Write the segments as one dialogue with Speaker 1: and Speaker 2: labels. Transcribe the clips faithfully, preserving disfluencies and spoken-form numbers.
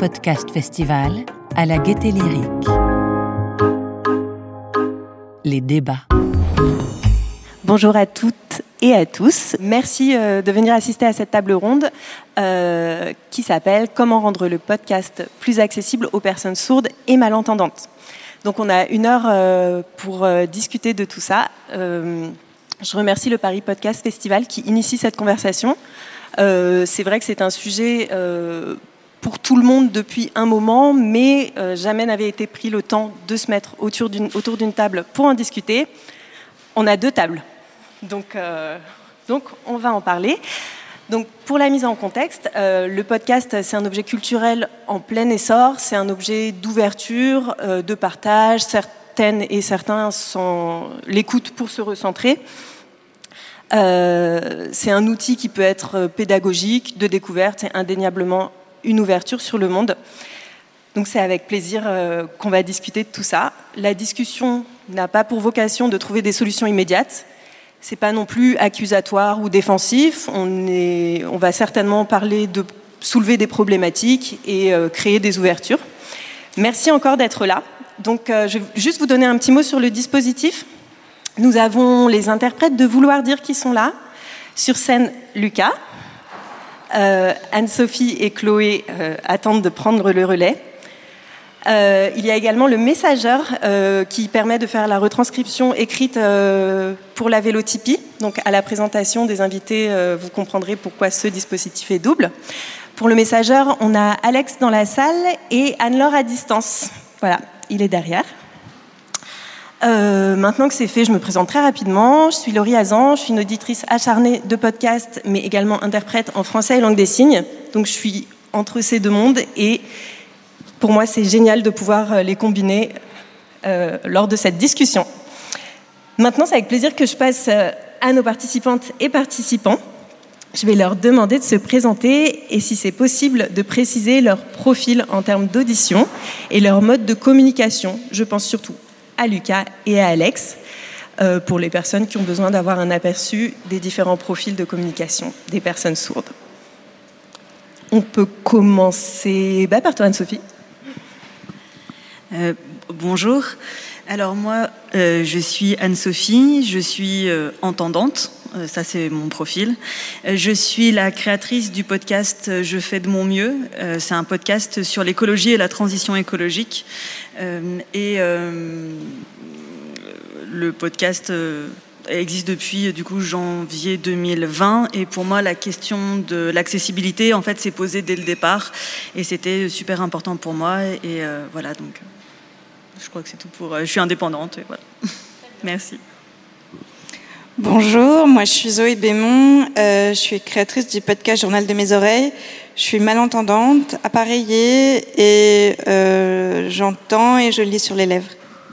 Speaker 1: Podcast Festival à la Gaîté Lyrique. Les débats.
Speaker 2: Bonjour à toutes et à tous. Merci euh, de venir assister à cette table ronde euh, qui s'appelle « Comment rendre le podcast plus accessible aux personnes sourdes et malentendantes ». Donc on a une heure euh, pour euh, discuter de tout ça. Euh, je remercie le Paris Podcast Festival qui initie cette conversation. Euh, c'est vrai que c'est un sujet euh, pour tout le monde depuis un moment, mais euh, jamais n'avait été pris le temps de se mettre autour d'une, autour d'une table pour en discuter. On a deux tables, donc, euh, donc on va en parler. Donc, pour la mise en contexte, euh, le podcast, c'est un objet culturel en plein essor, c'est un objet d'ouverture, euh, de partage. Certaines et certains s'en l'écoutent pour se recentrer. Euh, c'est un outil qui peut être pédagogique, de découverte, c'est indéniablement une ouverture sur le monde. Donc c'est avec plaisir euh, qu'on va discuter de tout ça. La discussion n'a pas pour vocation de trouver des solutions immédiates. C'est pas non plus accusatoire ou défensif. On, est, on va certainement parler de soulever des problématiques et euh, créer des ouvertures. Merci encore d'être là. Donc euh, je vais juste vous donner un petit mot sur le dispositif. Nous avons les interprètes de Vouloir dire qui sont là. Sur scène, Lucas. Euh, Anne-Sophie et Chloé euh, attendent de prendre le relais. Euh, il y a également le messageur euh, qui permet de faire la retranscription écrite euh, pour la Vélotipie. Donc à la présentation des invités, euh, vous comprendrez pourquoi ce dispositif est double. Pour le messageur, on a Alex dans la salle et Anne-Laure à distance. Voilà, il est derrière. Euh, maintenant que c'est fait, je me présente très rapidement. Je suis Laurie Hazan, je suis une auditrice acharnée de podcasts, mais également interprète en français et langue des signes. Donc je suis entre ces deux mondes et pour moi, c'est génial de pouvoir les combiner euh, lors de cette discussion. Maintenant, c'est avec plaisir que je passe à nos participantes et participants. Je vais leur demander de se présenter et, si c'est possible, de préciser leur profil en termes d'audition et leur mode de communication. Je pense surtout à Lucas et à Alex, euh, pour les personnes qui ont besoin d'avoir un aperçu des différents profils de communication des personnes sourdes. On peut commencer bah, par toi, Anne-Sophie.
Speaker 3: Euh, bonjour. Alors moi, euh, je suis Anne-Sophie, je suis euh, entendante, euh, ça c'est mon profil. Euh, je suis la créatrice du podcast « Je fais de mon mieux ». Euh, c'est un podcast sur l'écologie et la transition écologique. Euh, et euh, le podcast euh, existe depuis du coup janvier deux mille vingt. Et pour moi, la question de l'accessibilité, en fait, s'est posée dès le départ. Et c'était super important pour moi. Et euh, voilà, donc... Je crois que c'est tout pour... Je suis indépendante, et voilà. Merci.
Speaker 4: Bonjour, moi je suis Zoé Bémon, euh, je suis créatrice du podcast Journal de mes oreilles. Je suis malentendante, appareillée, et euh, j'entends et je lis sur les lèvres.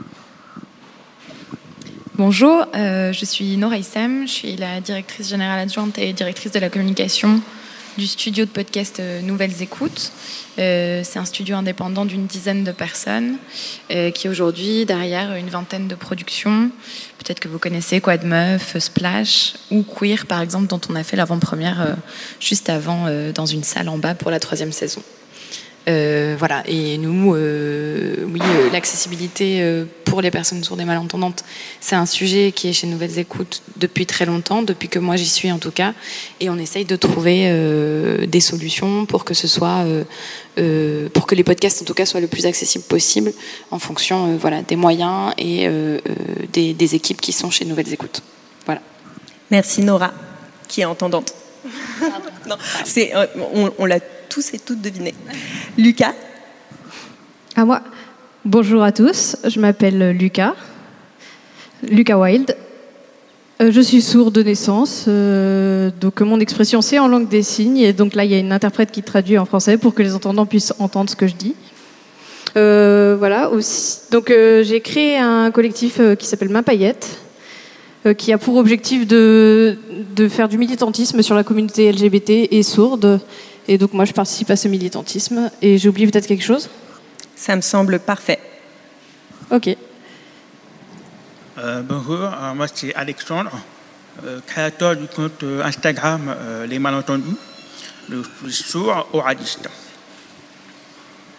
Speaker 5: Bonjour, euh, je suis Nora Issem, je suis la directrice générale adjointe et directrice de la communication du studio de podcast euh, Nouvelles Écoutes. Euh, c'est un studio indépendant d'une dizaine de personnes euh, qui aujourd'hui derrière une vingtaine de productions. Peut-être que vous connaissez Quad Meuf, Splash ou Queer par exemple, dont on a fait l'avant-première euh, juste avant euh, dans une salle en bas pour la troisième saison. Euh, voilà, et nous, euh, oui, euh, l'accessibilité euh, pour les personnes sourdes et malentendantes, c'est un sujet qui est chez Nouvelles Écoutes depuis très longtemps, depuis que moi j'y suis en tout cas, et on essaye de trouver euh, des solutions pour que ce soit, euh, euh, pour que les podcasts en tout cas soient le plus accessibles possible, en fonction, euh, voilà, des moyens et euh, euh, des, des équipes qui sont chez Nouvelles Écoutes. Voilà.
Speaker 2: Merci Nora, qui est entendante. non, c'est, on, on l'a tous et toutes deviné. Lucas.
Speaker 6: À moi. Bonjour à tous, je m'appelle Lucas, Lucas Wild. Euh, je suis sourd de naissance, euh, donc mon expression c'est en langue des signes, et donc là il y a une interprète qui traduit en français pour que les entendants puissent entendre ce que je dis. Euh, voilà, aussi. Donc euh, j'ai créé un collectif euh, qui s'appelle Ma Paillette, euh, qui a pour objectif de, de faire du militantisme sur la communauté L G B T et sourde. Et donc moi je participe à ce militantisme. Et j'ai oublié peut-être quelque chose ?
Speaker 2: Ça me semble parfait.
Speaker 6: Ok.
Speaker 7: Euh, bonjour, euh, moi c'est Alexandre, euh, créateur du compte Instagram euh, Les Malentendus, le sourd oraliste.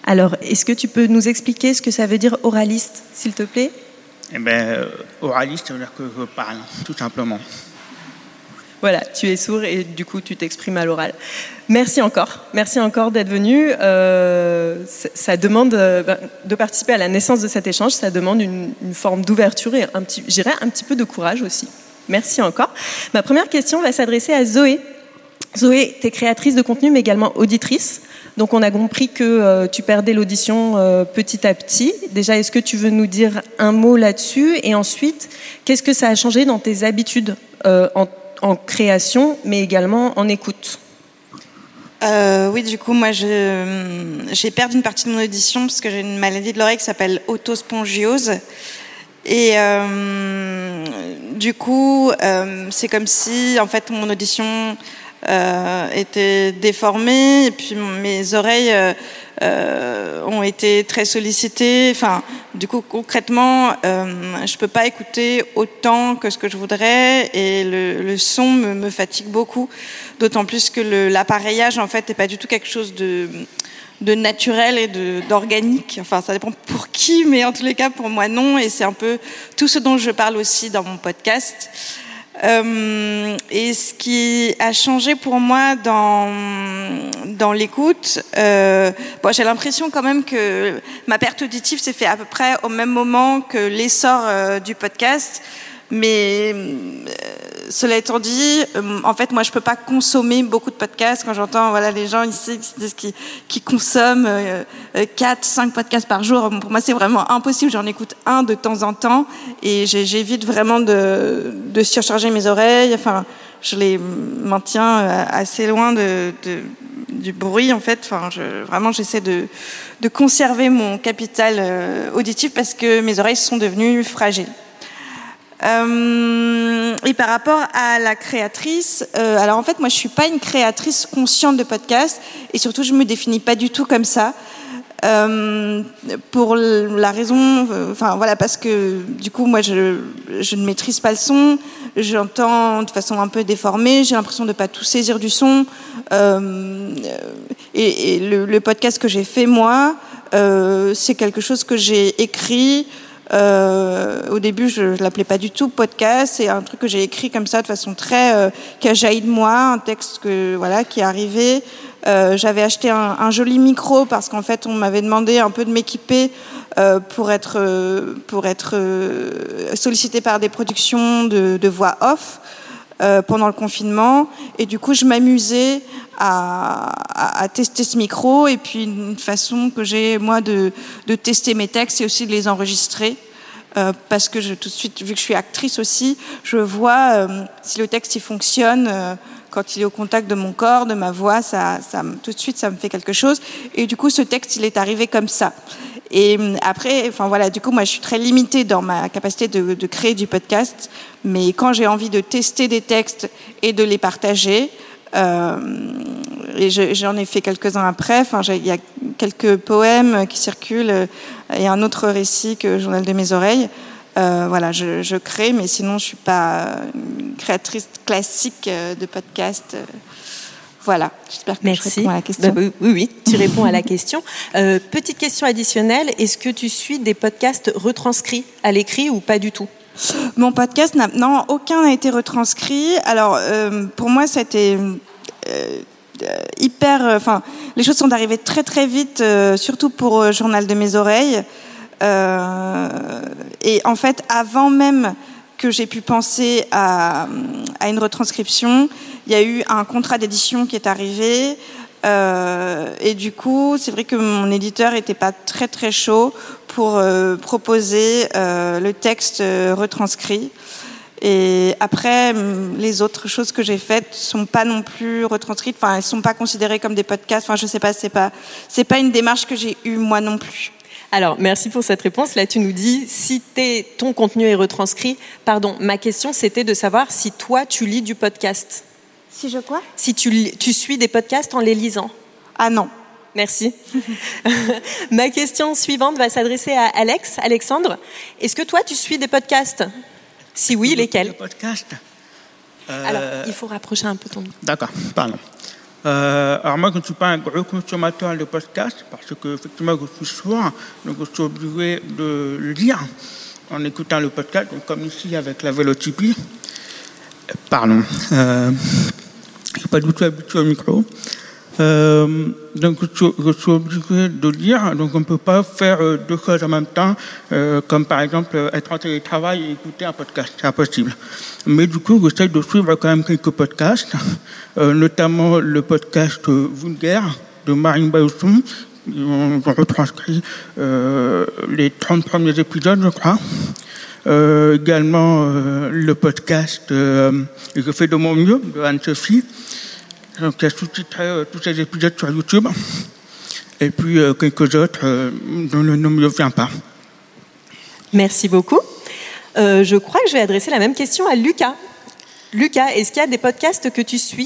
Speaker 2: Alors, est-ce que tu peux nous expliquer ce que ça veut dire oraliste, s'il te plaît ?
Speaker 7: Eh bien, oraliste, ça veut dire que je parle, tout simplement.
Speaker 2: Voilà, tu es sourd et du coup, tu t'exprimes à l'oral. Merci encore. Merci encore d'être venu. Euh, ça, ça demande euh, de participer à la naissance de cet échange. Ça demande une, une forme d'ouverture et un petit, j'irais un petit peu de courage aussi. Merci encore. Ma première question va s'adresser à Zoé. Zoé, tu es créatrice de contenu, mais également auditrice. Donc, on a compris que euh, tu perdais l'audition euh, petit à petit. Déjà, est-ce que tu veux nous dire un mot là-dessus ? Et ensuite, qu'est-ce que ça a changé dans tes habitudes euh, en, en création, mais également en écoute ?
Speaker 4: Euh, oui, du coup, moi, je, j'ai perdu une partie de mon audition parce que j'ai une maladie de l'oreille qui s'appelle otospongiose. Et euh, du coup, euh, c'est comme si, en fait, mon audition euh, était déformée et puis mes oreilles euh, euh, ont été très sollicitées. Enfin, du coup, concrètement, euh, je peux pas écouter autant que ce que je voudrais et le, le son me, me fatigue beaucoup. D'autant plus que le, l'appareillage, en fait, n'est pas du tout quelque chose de de naturel et de, d'organique. Enfin, ça dépend pour qui, mais en tous les cas, pour moi, non. Et c'est un peu tout ce dont je parle aussi dans mon podcast. Euh, et ce qui a changé pour moi dans, dans l'écoute, euh, bon, j'ai l'impression quand même que ma perte auditive s'est faite à peu près au même moment que l'essor euh, du podcast. Mais euh, cela étant dit, euh, en fait, moi, je peux pas consommer beaucoup de podcasts. Quand j'entends, voilà, les gens ici qui disent qu'ils, qui consomment euh, quatre, cinq podcasts par jour, pour moi, c'est vraiment impossible. J'en écoute un de temps en temps et j'évite vraiment de, de surcharger mes oreilles. Enfin, je les maintiens assez loin de, de du bruit, en fait. Enfin, je, vraiment, j'essaie de, de conserver mon capital euh, auditif parce que mes oreilles sont devenues fragiles. Euh, et par rapport à la créatrice, euh, alors en fait moi je suis pas une créatrice consciente de podcast et surtout je me définis pas du tout comme ça euh, pour la raison, enfin voilà, parce que du coup moi je, je ne maîtrise pas le son, j'entends de façon un peu déformée, j'ai l'impression de pas tout saisir du son euh, et, et le, le podcast que j'ai fait moi euh, c'est quelque chose que j'ai écrit. Euh, au début, je, je l'appelais pas du tout podcast. C'est un truc que j'ai écrit comme ça, de façon très euh, qui a jailli de moi, un texte que voilà qui est arrivé. Euh, j'avais acheté un, un joli micro parce qu'en fait, on m'avait demandé un peu de m'équiper euh, pour être euh, pour être euh, sollicité par des productions de, de voix off euh, pendant le confinement. Et du coup, je m'amusais à, à, à tester ce micro. Et puis, une façon que j'ai, moi, de, de tester mes textes, c'est aussi de les enregistrer. Euh, parce que je, tout de suite, vu que je suis actrice aussi, je vois euh, si le texte il fonctionne euh, quand il est au contact de mon corps, de ma voix, ça, ça, tout de suite, ça me fait quelque chose. Et du coup, ce texte, il est arrivé comme ça. Et après, enfin voilà, du coup, moi, je suis très limitée dans ma capacité de, de créer du podcast. Mais quand j'ai envie de tester des textes et de les partager, euh, et je, j'en ai fait quelques-uns après. Enfin, il y a quelques poèmes qui circulent et un autre récit que Journal de mes oreilles. Euh, voilà, je, je crée, mais sinon, je suis pas une créatrice classique de podcast. Voilà, j'espère que
Speaker 2: Merci.
Speaker 4: je réponds à la question.
Speaker 2: Bah, oui, oui, tu réponds à la question. Euh, petite question additionnelle, est-ce que tu suis des podcasts retranscrits à l'écrit ou pas du tout ?
Speaker 4: Mon podcast, n'a, non, aucun n'a été retranscrit. Alors, euh, pour moi, c'était euh, hyper... Enfin, euh, les choses sont arrivées très, très vite, euh, surtout pour euh, Journal de mes oreilles. Euh, et en fait, avant même que j'ai pu penser à, à une retranscription, il y a eu un contrat d'édition qui est arrivé. Euh, et du coup, c'est vrai que mon éditeur était pas très très chaud pour euh, proposer euh, le texte euh, retranscrit. Et après, les autres choses que j'ai faites sont pas non plus retranscrites. Enfin, elles sont pas considérées comme des podcasts. Enfin, je sais pas, c'est pas c'est pas une démarche que j'ai eue moi non plus.
Speaker 2: Alors, merci pour cette réponse. Là, tu nous dis si t'es, ton contenu est retranscrit. Pardon, ma question, c'était de savoir si toi, tu lis du podcast.
Speaker 4: Si je quoi ?
Speaker 2: Si tu, tu suis des podcasts en les lisant.
Speaker 4: Ah non.
Speaker 2: Merci. Ma question suivante va s'adresser à Alex, Alexandre. Est-ce que toi, tu suis des podcasts ? Si oui, lesquels ?
Speaker 7: Des podcasts.
Speaker 2: Euh... Alors, il faut rapprocher un peu ton...
Speaker 7: D'accord, pardon. Euh, alors moi, je ne suis pas un gros consommateur de podcasts parce que effectivement, je suis sourd, donc je suis obligé de lire en écoutant le podcast, donc comme ici avec la Vélotipie. Pardon, euh, je ne suis pas du tout habitué au micro. Euh, donc je suis, je suis obligé de lire, donc on ne peut pas faire euh, deux choses en même temps, euh, comme par exemple être en télétravail et écouter un podcast, c'est impossible. Mais du coup, j'essaie de suivre quand même quelques podcasts, euh, notamment le podcast euh, Vulgaire de Marine Bausson. On, on retranscrit euh, les trente premiers épisodes, je crois. Euh, également euh, le podcast euh, Je fais de mon mieux de Anne-Sophie. Donc, il y a sous-titré euh, tous ces épisodes sur YouTube. Et puis, euh, quelques autres euh, dont le nom ne me vient pas.
Speaker 2: Merci beaucoup. Euh, je crois que je vais adresser la même question à Lucas. Lucas, est-ce qu'il y a des podcasts que tu suis ?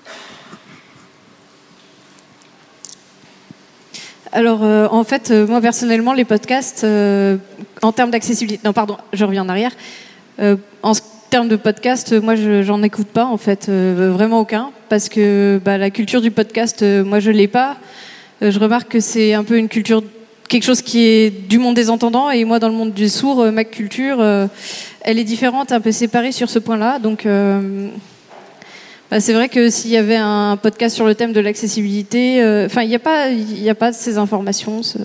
Speaker 6: Alors, euh, en fait, euh, moi, personnellement, les podcasts, euh, en termes d'accessibilité... Non, pardon, je reviens en arrière. Euh, en termes de podcast, moi, je, j'en écoute pas, en fait, euh, vraiment aucun, parce que bah, la culture du podcast, euh, moi, je l'ai pas. Euh, je remarque que c'est un peu une culture, quelque chose qui est du monde des entendants, et moi, dans le monde du sourd, euh, ma culture, euh, elle est différente, un peu séparée sur ce point-là. Donc, euh, bah, c'est vrai que s'il y avait un podcast sur le thème de l'accessibilité, enfin, euh, il n'y a pas, il n'y a pas ces informations. Ce...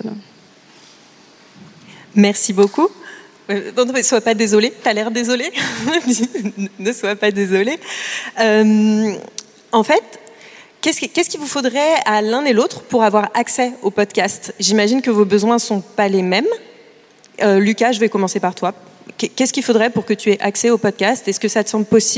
Speaker 2: Merci beaucoup. Euh, non, ne sois pas désolé. Tu as l'air désolé. Ne sois pas désolé. Euh, en fait, qu'est-ce, qui, qu'est-ce qu'il vous faudrait à l'un et l'autre pour avoir accès au podcast ? J'imagine que vos besoins ne sont pas les mêmes. Euh, Lucas, je vais commencer par toi. Qu'est-ce qu'il faudrait pour que tu aies accès au podcast ? Est-ce que ça te semble possible ?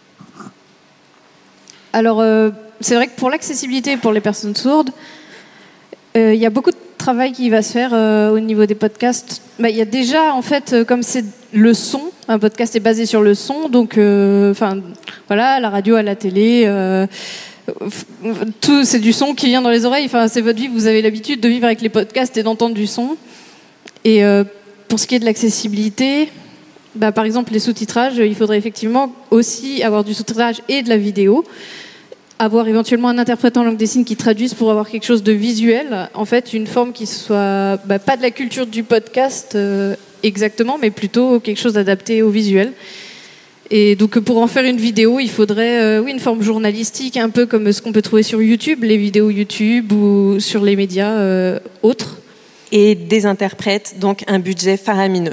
Speaker 6: Alors, euh, c'est vrai que pour l'accessibilité pour les personnes sourdes, il euh, y a beaucoup de travail qui va se faire euh, au niveau des podcasts. Il bah, y a déjà, en fait, euh, comme c'est le son, un podcast est basé sur le son, donc, euh, voilà, à la radio, à la télé, euh, tout, c'est du son qui vient dans les oreilles. Enfin, c'est votre vie, vous avez l'habitude de vivre avec les podcasts et d'entendre du son. Et euh, pour ce qui est de l'accessibilité, bah, par exemple, les sous-titrages, il faudrait effectivement aussi avoir du sous-titrage et de la vidéo. Avoir éventuellement un interprète en langue des signes qui traduise pour avoir quelque chose de visuel, en fait, une forme qui soit bah, pas de la culture du podcast euh, exactement, mais plutôt quelque chose d'adapté au visuel. Et donc pour en faire une vidéo, il faudrait euh, oui, une forme journalistique, un peu comme ce qu'on peut trouver sur YouTube, les vidéos YouTube ou sur les médias euh, autres.
Speaker 2: Et des interprètes, donc un budget faramineux.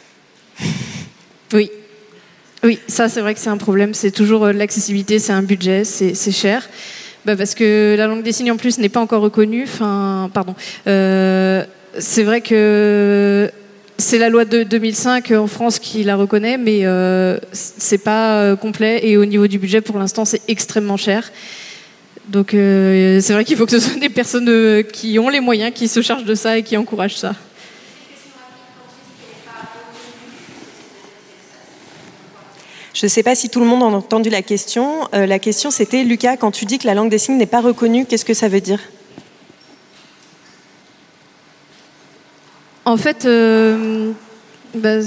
Speaker 6: Oui. Oui, ça c'est vrai que c'est un problème, c'est toujours euh, l'accessibilité, c'est un budget, c'est, c'est cher. Bah, parce que la langue des signes en plus n'est pas encore reconnue. Enfin, pardon. Euh, c'est vrai que c'est la loi de deux mille cinq en France qui la reconnaît, mais euh, c'est pas euh, complet. Et au niveau du budget, pour l'instant, c'est extrêmement cher. Donc euh, c'est vrai qu'il faut que ce soit des personnes euh, qui ont les moyens, qui se chargent de ça et qui encouragent ça.
Speaker 2: Je ne sais pas si tout le monde a entendu la question. Euh, la question, c'était, Lucas, quand tu dis que la langue des signes n'est pas reconnue, qu'est-ce que ça veut dire ?
Speaker 6: En fait, euh, bah,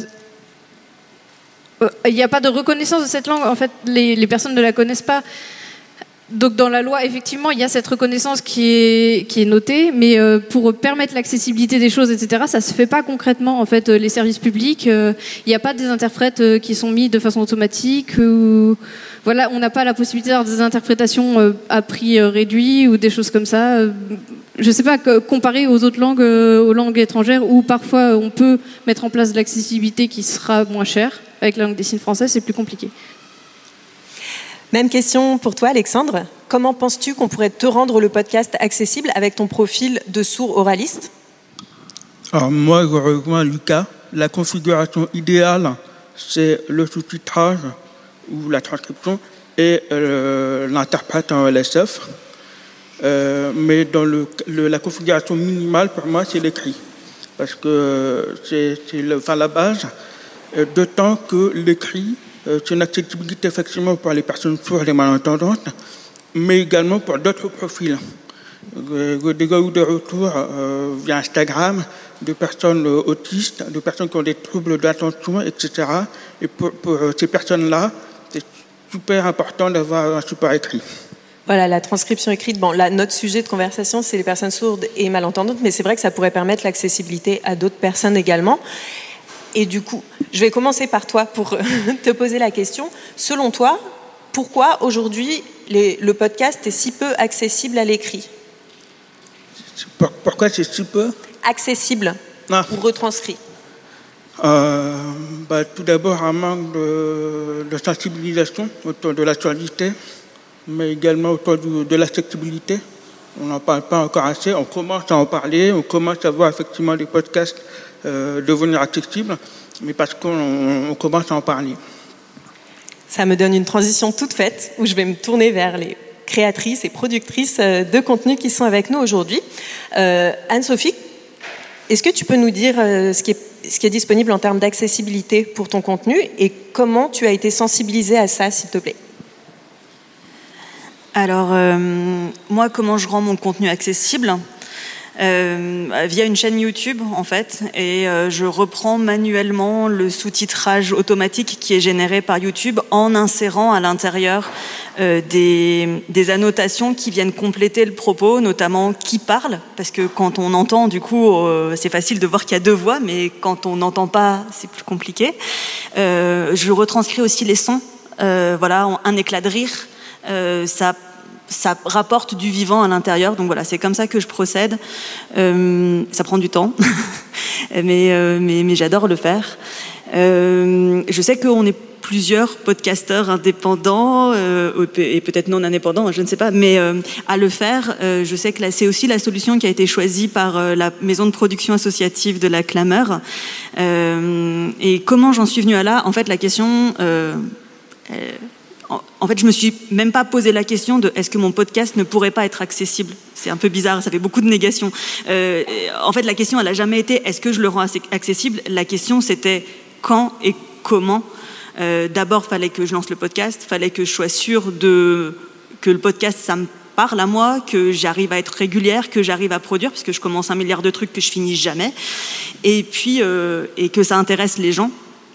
Speaker 6: il n'y a pas de reconnaissance de cette langue. En fait, les, les personnes ne la connaissent pas. Donc dans la loi, effectivement, il y a cette reconnaissance qui est, qui est notée, mais euh, pour permettre l'accessibilité des choses, et cetera, ça ne se fait pas concrètement. En fait, euh, les services publics, il euh, n'y a pas des interprètes euh, qui sont mis de façon automatique. Ou, voilà, on n'a pas la possibilité d'avoir des interprétations euh, à prix euh, réduit ou des choses comme ça. Euh, je ne sais pas, comparé aux autres langues, euh, aux langues étrangères, où parfois on peut mettre en place de l'accessibilité qui sera moins chère. Avec la langue des signes française, c'est plus compliqué.
Speaker 2: Même question pour toi, Alexandre. Comment penses-tu qu'on pourrait te rendre le podcast accessible avec ton profil de sourd oraliste ?
Speaker 7: Alors moi, je rejoins Lucas. La configuration idéale, c'est le sous-titrage ou la transcription et euh, l'interprète en L S F. Euh, mais dans le, le, la configuration minimale, pour moi, c'est l'écrit. Parce que c'est, c'est le, enfin, la base, euh, d'autant que l'écrit, c'est une accessibilité effectivement pour les personnes sourdes et malentendantes, mais également pour d'autres profils. J'ai déjà eu des retours euh, via Instagram de personnes euh, autistes, de personnes qui ont des troubles d'attention, et cetera. Et pour, pour ces personnes-là, c'est super important d'avoir un support écrit.
Speaker 2: Voilà, la transcription écrite, bon, là, notre sujet de conversation, c'est les personnes sourdes et malentendantes, mais c'est vrai que ça pourrait permettre l'accessibilité à d'autres personnes également. Et du coup, je vais commencer par toi pour te poser la question. Selon toi, pourquoi aujourd'hui les, le podcast est si peu accessible à l'écrit ?
Speaker 7: Pourquoi c'est si peu
Speaker 2: accessible ah. ou retranscrit
Speaker 7: euh, bah, Tout d'abord, un manque de, de sensibilisation autour de l'actualité, mais également autour du, de l'accessibilité. On n'en parle pas encore assez, on commence à en parler, on commence à voir effectivement les podcasts euh, devenir accessibles, mais parce qu'on on commence à en parler.
Speaker 2: Ça me donne une transition toute faite, où je vais me tourner vers les créatrices et productrices de contenu qui sont avec nous aujourd'hui. Euh, Anne-Sophie, est-ce que tu peux nous dire euh, ce qui est, ce qui est disponible en termes d'accessibilité pour ton contenu et comment tu as été sensibilisée à ça, s'il te plaît ?
Speaker 3: Alors, euh, moi, comment je rends mon contenu accessible ? Euh, via une chaîne YouTube, en fait, et euh, je reprends manuellement le sous-titrage automatique qui est généré par YouTube en insérant à l'intérieur euh, des, des annotations qui viennent compléter le propos, notamment qui parle, parce que quand on entend, du coup, euh, c'est facile de voir qu'il y a deux voix, mais quand on n'entend pas, c'est plus compliqué. Euh, je retranscris aussi les sons, euh, voilà, un éclat de rire, euh, ça ça rapporte du vivant à l'intérieur, donc voilà, c'est comme ça que je procède. Euh, ça prend du temps, mais, euh, mais, mais j'adore le faire. Euh, je sais qu'on est plusieurs podcasteurs indépendants, euh, et peut-être non indépendants, je ne sais pas, mais euh, à le faire. Euh, je sais que là, c'est aussi la solution qui a été choisie par euh, la maison de production associative de la Clameur. Euh, et comment j'en suis venue à là ? En fait, la question... Euh, euh, En fait, je me suis même pas posé la question de est-ce que mon podcast ne pourrait pas être accessible. C'est un peu bizarre, ça fait beaucoup de négations. Euh, en fait, la question, elle a jamais été est-ce que je le rends accessible. La question, c'était quand et comment. Euh, d'abord, fallait que je lance le podcast, fallait que je sois sûre de que le podcast, ça me parle à moi, que j'arrive à être régulière, que j'arrive à produire, parce que je commence un milliard de trucs que je finis jamais, et puis euh, et que ça intéresse les gens.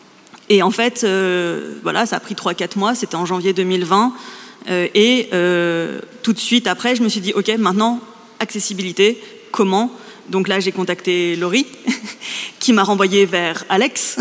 Speaker 3: Et en fait, euh, voilà, ça a pris trois à quatre mois, c'était en janvier deux mille vingt, euh, et euh, tout de suite après, je me suis dit, ok, maintenant, accessibilité, comment ? Donc là, j'ai contacté Laurie, qui m'a renvoyé vers Alex,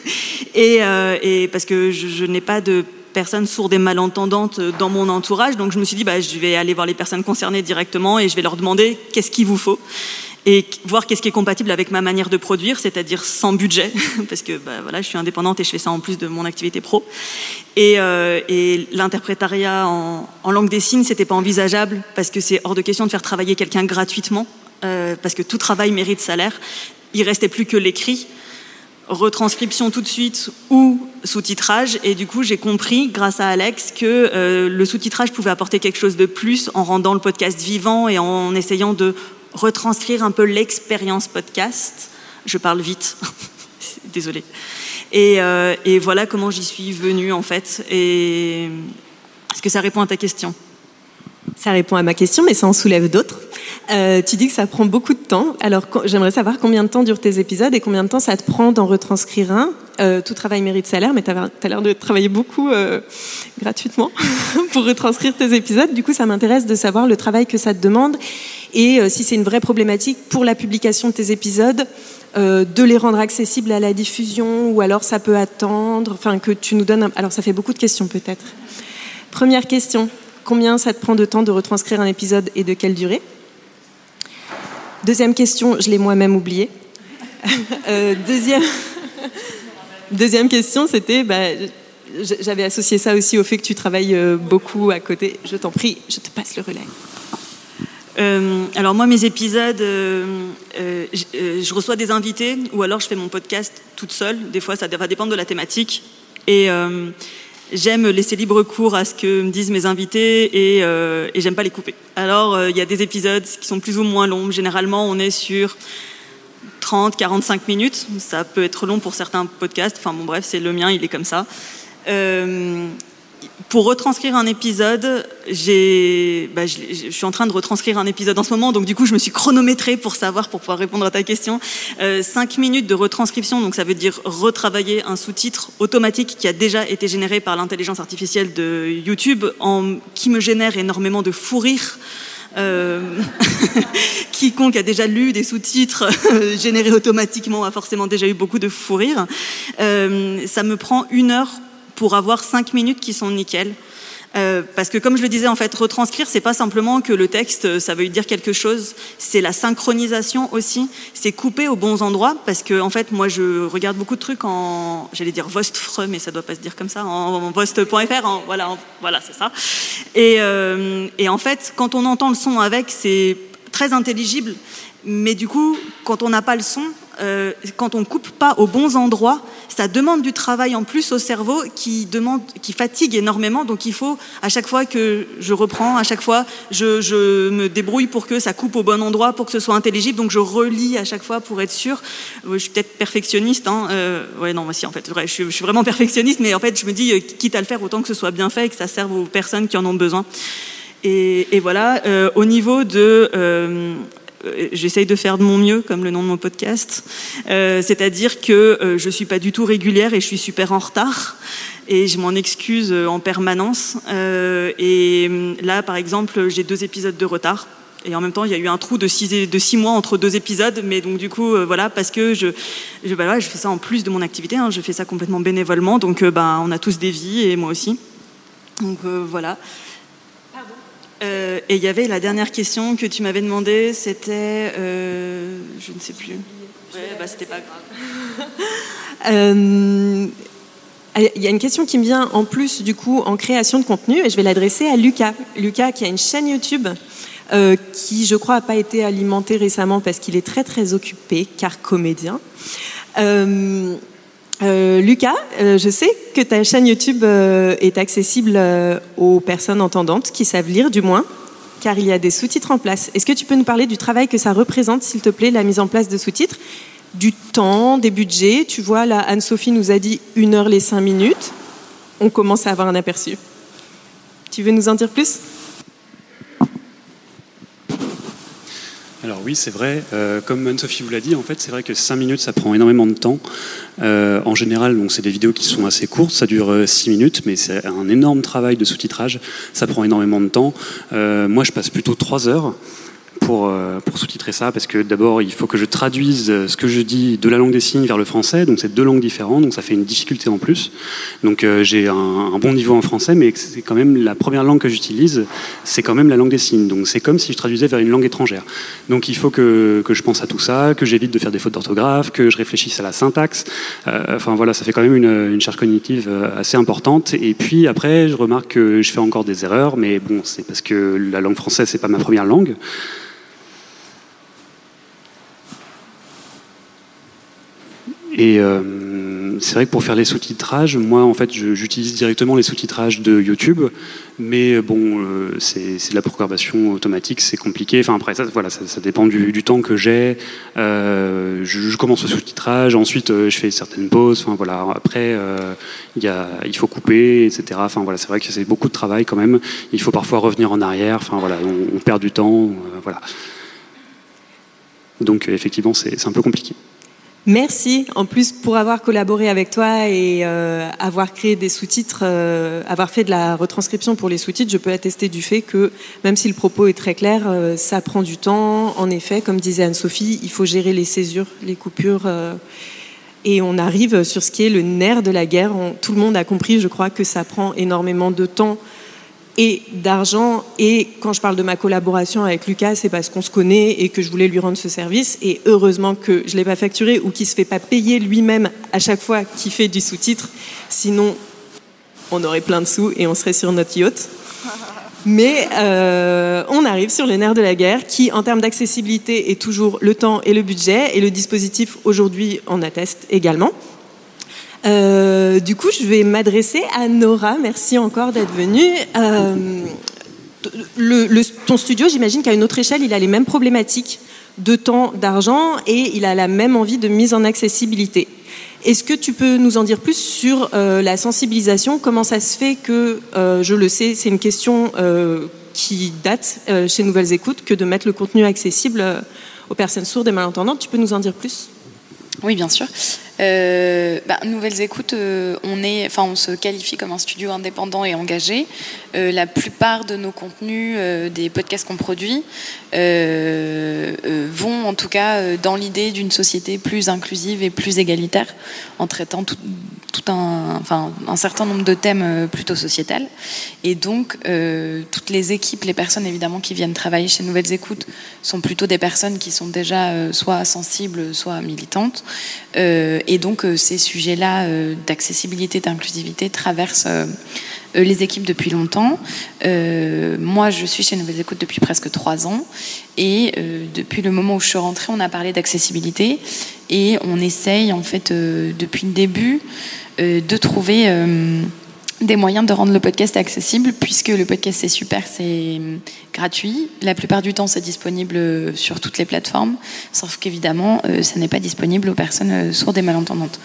Speaker 3: et, euh, et parce que je, je n'ai pas de personnes sourdes et malentendantes dans mon entourage, donc je me suis dit, bah, je vais aller voir les personnes concernées directement et je vais leur demander qu'est-ce qu'il vous faut. Et voir qu'est-ce qui est compatible avec ma manière de produire, c'est-à-dire sans budget, parce que bah, voilà, je suis indépendante et je fais ça en plus de mon activité pro. Et, euh, et l'interprétariat en, en langue des signes, c'était pas envisageable, parce que c'est hors de question de faire travailler quelqu'un gratuitement, euh, parce que tout travail mérite salaire. Il restait plus que l'écrit, retranscription tout de suite ou sous-titrage. Et du coup, j'ai compris, grâce à Alex, que euh, le sous-titrage pouvait apporter quelque chose de plus en rendant le podcast vivant et en essayant de retranscrire un peu l'expérience podcast. Je parle vite, désolée. Et, euh, et voilà comment j'y suis venue, en fait. Et est-ce que ça répond à ta question ?
Speaker 2: Ça répond à ma question, mais ça en soulève d'autres. Euh, tu dis que ça prend beaucoup de temps. Alors, j'aimerais savoir combien de temps durent tes épisodes et combien de temps ça te prend d'en retranscrire un. Euh, tout travail mérite salaire, mais tu as l'air de travailler beaucoup euh, gratuitement pour retranscrire tes épisodes. Du coup, ça m'intéresse de savoir le travail que ça te demande et euh, si c'est une vraie problématique pour la publication de tes épisodes, euh, de les rendre accessibles à la diffusion ou alors ça peut attendre. Enfin, que tu nous donnes... Un... Alors, ça fait beaucoup de questions peut-être. Première question. Combien ça te prend de temps de retranscrire un épisode et de quelle durée ? Deuxième question, je l'ai moi-même oubliée. euh, deuxième... deuxième question, c'était... Bah, j'avais associé ça aussi au fait que tu travailles beaucoup à côté. Je t'en prie, je te passe le relais.
Speaker 3: Euh, alors moi, mes épisodes, euh, euh, je, euh, je reçois des invités ou alors je fais mon podcast toute seule. Des fois, ça va dépendre de la thématique. Et... Euh, J'aime laisser libre cours à ce que me disent mes invités et, euh, et j'aime pas les couper. Alors, il euh, y a des épisodes qui sont plus ou moins longs. Généralement, on est sur trente à quarante-cinq minutes. Ça peut être long pour certains podcasts. Enfin bon, bref, c'est le mien, il est comme ça. Euh, pour retranscrire un épisode, j'ai, bah, je, je suis en train de retranscrire un épisode en ce moment, donc du coup je me suis chronométrée pour savoir, pour pouvoir répondre à ta question. Euh, cinq minutes de retranscription, donc ça veut dire retravailler un sous-titre automatique qui a déjà été généré par l'intelligence artificielle de YouTube, en, qui me génère énormément de fou rire. Euh, quiconque a déjà lu des sous-titres euh, générés automatiquement a forcément déjà eu beaucoup de fou rire. Euh, ça me prend une heure pour avoir cinq minutes qui sont nickel. Euh, parce que comme je le disais, en fait, retranscrire, c'est pas simplement que le texte, ça veut dire quelque chose, c'est la synchronisation aussi, c'est couper aux bons endroits, parce que en fait, moi, je regarde beaucoup de trucs en, j'allais dire Vostfre, mais ça doit pas se dire comme ça, en, en vost point f r, en, voilà, en, voilà, c'est ça. Et, euh, et en fait, quand on entend le son avec, c'est très intelligible, mais du coup, quand on n'a pas le son, euh, quand on coupe pas aux bons endroits, ça demande du travail en plus au cerveau qui demande, qui fatigue énormément. Donc il faut, à chaque fois que je reprends, à chaque fois, je, je me débrouille pour que ça coupe au bon endroit, pour que ce soit intelligible. Donc je relis à chaque fois pour être sûr. Je suis peut-être perfectionniste. Hein. Euh, ouais, non, moi si, en fait, vrai, je, suis, je suis vraiment perfectionniste, mais en fait, je me dis, quitte à le faire, autant que ce soit bien fait et que ça serve aux personnes qui en ont besoin. Et, et voilà. Euh, au niveau de euh, j'essaye de faire de mon mieux, comme le nom de mon podcast. Euh, c'est-à-dire que euh, je suis pas du tout régulière et je suis super en retard. Et je m'en excuse en permanence. Euh, et là, par exemple, j'ai deux épisodes de retard. Et en même temps, il y a eu un trou de six, de six mois entre deux épisodes. Mais donc, du coup, euh, voilà, parce que je, je, bah, ouais, je fais ça en plus de mon activité. Hein, je fais ça complètement bénévolement. Donc, euh, bah, on a tous des vies et moi aussi. Donc, euh, voilà. Euh, et il y avait la dernière question que tu m'avais demandé, c'était, euh, je ne sais plus. Ouais, bah c'était pas grave.
Speaker 2: euh, il y a une question qui me vient en plus du coup en création de contenu et je vais l'adresser à Lucas. Lucas qui a une chaîne YouTube euh, qui, je crois, n'a pas été alimentée récemment parce qu'il est très très occupé, car comédien. Euh, Euh, Lucas, euh, je sais que ta chaîne YouTube euh, est accessible euh, aux personnes entendantes qui savent lire du moins, car il y a des sous-titres en place. Est-ce que tu peux nous parler du travail que ça représente, s'il te plaît, la mise en place de sous-titres, du temps, des budgets? Tu vois, là, Anne-Sophie nous a dit une heure les cinq minutes. On commence à avoir un aperçu. Tu veux nous en dire plus ?
Speaker 8: Alors oui, c'est vrai. Euh, comme Anne-Sophie vous l'a dit, en fait, c'est vrai que cinq minutes, ça prend énormément de temps. Euh, en général, donc, c'est des vidéos qui sont assez courtes, ça dure six minutes, mais c'est un énorme travail de sous-titrage. Ça prend énormément de temps. Euh, moi, je passe plutôt trois heures pour, euh, pour sous-titrer ça, parce que d'abord, il faut que je traduise ce que je dis de la langue des signes vers le français, donc c'est deux langues différentes, donc ça fait une difficulté en plus. Donc euh, j'ai un, un bon niveau en français, mais c'est quand même la première langue que j'utilise, c'est quand même la langue des signes, donc c'est comme si je traduisais vers une langue étrangère. Donc il faut que, que je pense à tout ça, que j'évite de faire des fautes d'orthographe, que je réfléchisse à la syntaxe, euh, enfin voilà, ça fait quand même une, une charge cognitive assez importante. Et puis après, je remarque que je fais encore des erreurs, mais bon, c'est parce que la langue française, c'est pas ma première langue. Et euh, c'est vrai que pour faire les sous-titrages, moi en fait je, j'utilise directement les sous-titrages de YouTube, mais bon euh, c'est, c'est de la programmation automatique, c'est compliqué. Enfin après ça, voilà, ça, ça dépend du, du temps que j'ai. Euh, je, je commence le sous-titrage, ensuite euh, je fais certaines pauses. Enfin voilà, après euh, y a, il faut couper, et cetera. Enfin voilà, c'est vrai que c'est beaucoup de travail quand même. Il faut parfois revenir en arrière. Enfin voilà, on, on perd du temps. Euh, voilà. Donc euh, effectivement, c'est, c'est un peu compliqué.
Speaker 2: Merci en plus pour avoir collaboré avec toi et euh, avoir créé des sous-titres, euh, avoir fait de la retranscription pour les sous-titres. Je peux attester du fait que même si le propos est très clair, euh, ça prend du temps. En effet, comme disait Anne-Sophie, il faut gérer les césures, les coupures euh, et on arrive sur ce qui est le nerf de la guerre. On, tout le monde a compris, je crois, que ça prend énormément de temps et d'argent. Et quand je parle de ma collaboration avec Lucas, c'est parce qu'on se connaît et que je voulais lui rendre ce service. Et heureusement que je ne l'ai pas facturé ou qu'il ne se fait pas payer lui-même à chaque fois qu'il fait du sous-titre. Sinon, on aurait plein de sous et on serait sur notre yacht. Mais euh, on arrive sur le nerf de la guerre qui, en termes d'accessibilité, est toujours le temps et le budget. Et le dispositif, aujourd'hui, en atteste également. Euh, du coup, je vais m'adresser à Nora. Merci encore d'être venue. Euh, le, le, ton studio, j'imagine qu'à une autre échelle, il a les mêmes problématiques de temps, d'argent, et il a la même envie de mise en accessibilité. Est-ce que tu peux nous en dire plus sur euh, la sensibilisation? Comment ça se fait que, euh, je le sais, c'est une question euh, qui date euh, chez Nouvelles Écoutes, que de mettre le contenu accessible euh, aux personnes sourdes et malentendantes? Tu peux nous en dire plus?
Speaker 5: Oui, bien sûr. Euh, bah, Nouvelles Écoutes, euh, on, est, enfin, on se qualifie comme un studio indépendant et engagé. Euh, la plupart de nos contenus, euh, des podcasts qu'on produit, euh, euh, vont en tout cas euh, dans l'idée d'une société plus inclusive et plus égalitaire, en traitant tout, tout un, enfin, un certain nombre de thèmes euh, plutôt sociétals. Et donc, euh, toutes les équipes, les personnes évidemment qui viennent travailler chez Nouvelles Écoutes sont plutôt des personnes qui sont déjà euh, soit sensibles, soit militantes. Euh, et donc, euh, ces sujets-là euh, d'accessibilité, d'inclusivité traversent euh, les équipes depuis longtemps. Euh, moi, je suis chez Nouvelles Écoutes depuis presque trois ans. Et euh, depuis le moment où je suis rentrée, on a parlé d'accessibilité. Et on essaye, en fait, euh, depuis le début, euh, de trouver euh, des moyens de rendre le podcast accessible, puisque le podcast, c'est super, c'est gratuit. La plupart du temps, c'est disponible sur toutes les plateformes. Sauf qu'évidemment, euh, ça n'est pas disponible aux personnes sourdes et malentendantes.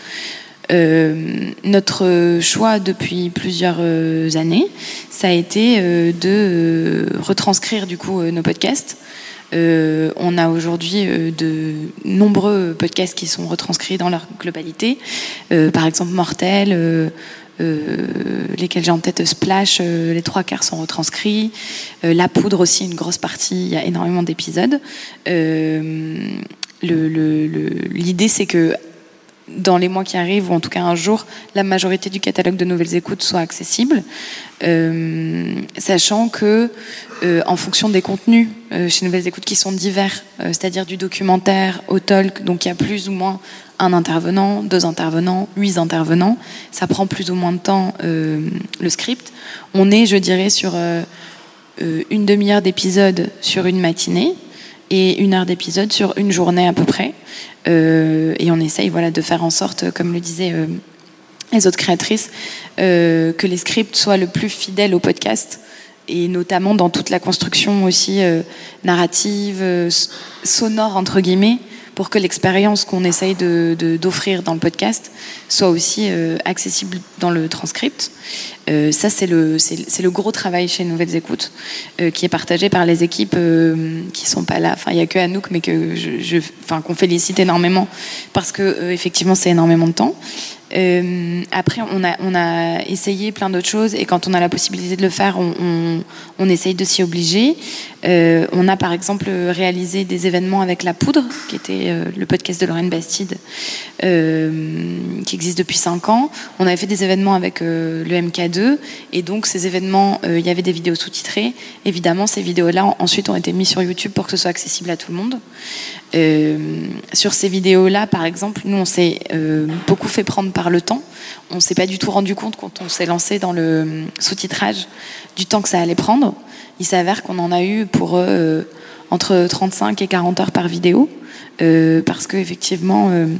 Speaker 5: Euh, notre choix depuis plusieurs années, ça a été euh, de euh, retranscrire du coup euh, nos podcasts. Euh, on a aujourd'hui euh, de nombreux podcasts qui sont retranscrits dans leur globalité. Euh, par exemple, Mortel, euh, euh, lesquels j'ai en tête, Splash, euh, les trois quarts sont retranscrits. Euh, La Poudre aussi, une grosse partie, il y a énormément d'épisodes. Euh, le, le, le, l'idée, c'est que dans les mois qui arrivent, ou en tout cas un jour, la majorité du catalogue de Nouvelles Écoutes soit accessible, euh, sachant que, euh, en fonction des contenus euh, chez Nouvelles Écoutes qui sont divers, euh, c'est-à-dire du documentaire au talk, donc il y a plus ou moins un intervenant, deux intervenants, huit intervenants, ça prend plus ou moins de temps euh, le script. On est, je dirais, sur euh, euh, une demi-heure d'épisode sur une matinée et une heure d'épisode sur une journée à peu près. Euh, et on essaye voilà, de faire en sorte, comme le disaient euh, les autres créatrices, euh, que les scripts soient le plus fidèles au podcast, et notamment dans toute la construction aussi euh, narrative, euh, sonore entre guillemets, pour que l'expérience qu'on essaye de, de, d'offrir dans le podcast soit aussi euh, accessible dans le transcript. Euh, ça, c'est le, c'est, c'est le gros travail chez Nouvelles Écoutes, euh, qui est partagé par les équipes euh, qui sont pas là. Enfin, il y a que Anouk, mais que je, je, enfin, qu'on félicite énormément parce que euh, effectivement, c'est énormément de temps. Euh, après, on a, on a essayé plein d'autres choses, et quand on a la possibilité de le faire, on, on, on essaye de s'y obliger. Euh, on a par exemple réalisé des événements avec La Poudre, qui était euh, le podcast de Lorraine Bastide, euh, qui existe depuis cinq ans. On avait fait des événements avec euh, le M K deux, et donc ces événements, il euh, y avait des vidéos sous-titrées. Évidemment, ces vidéos-là ensuite ont été mises sur YouTube pour que ce soit accessible à tout le monde. Euh, sur ces vidéos-là, par exemple, nous on s'est euh, beaucoup fait prendre par le temps. On s'est pas du tout rendu compte quand on s'est lancé dans le sous-titrage du temps que ça allait prendre. Il s'avère qu'on en a eu pour euh, entre trente-cinq et quarante heures par vidéo, euh, parce que effectivement, euh,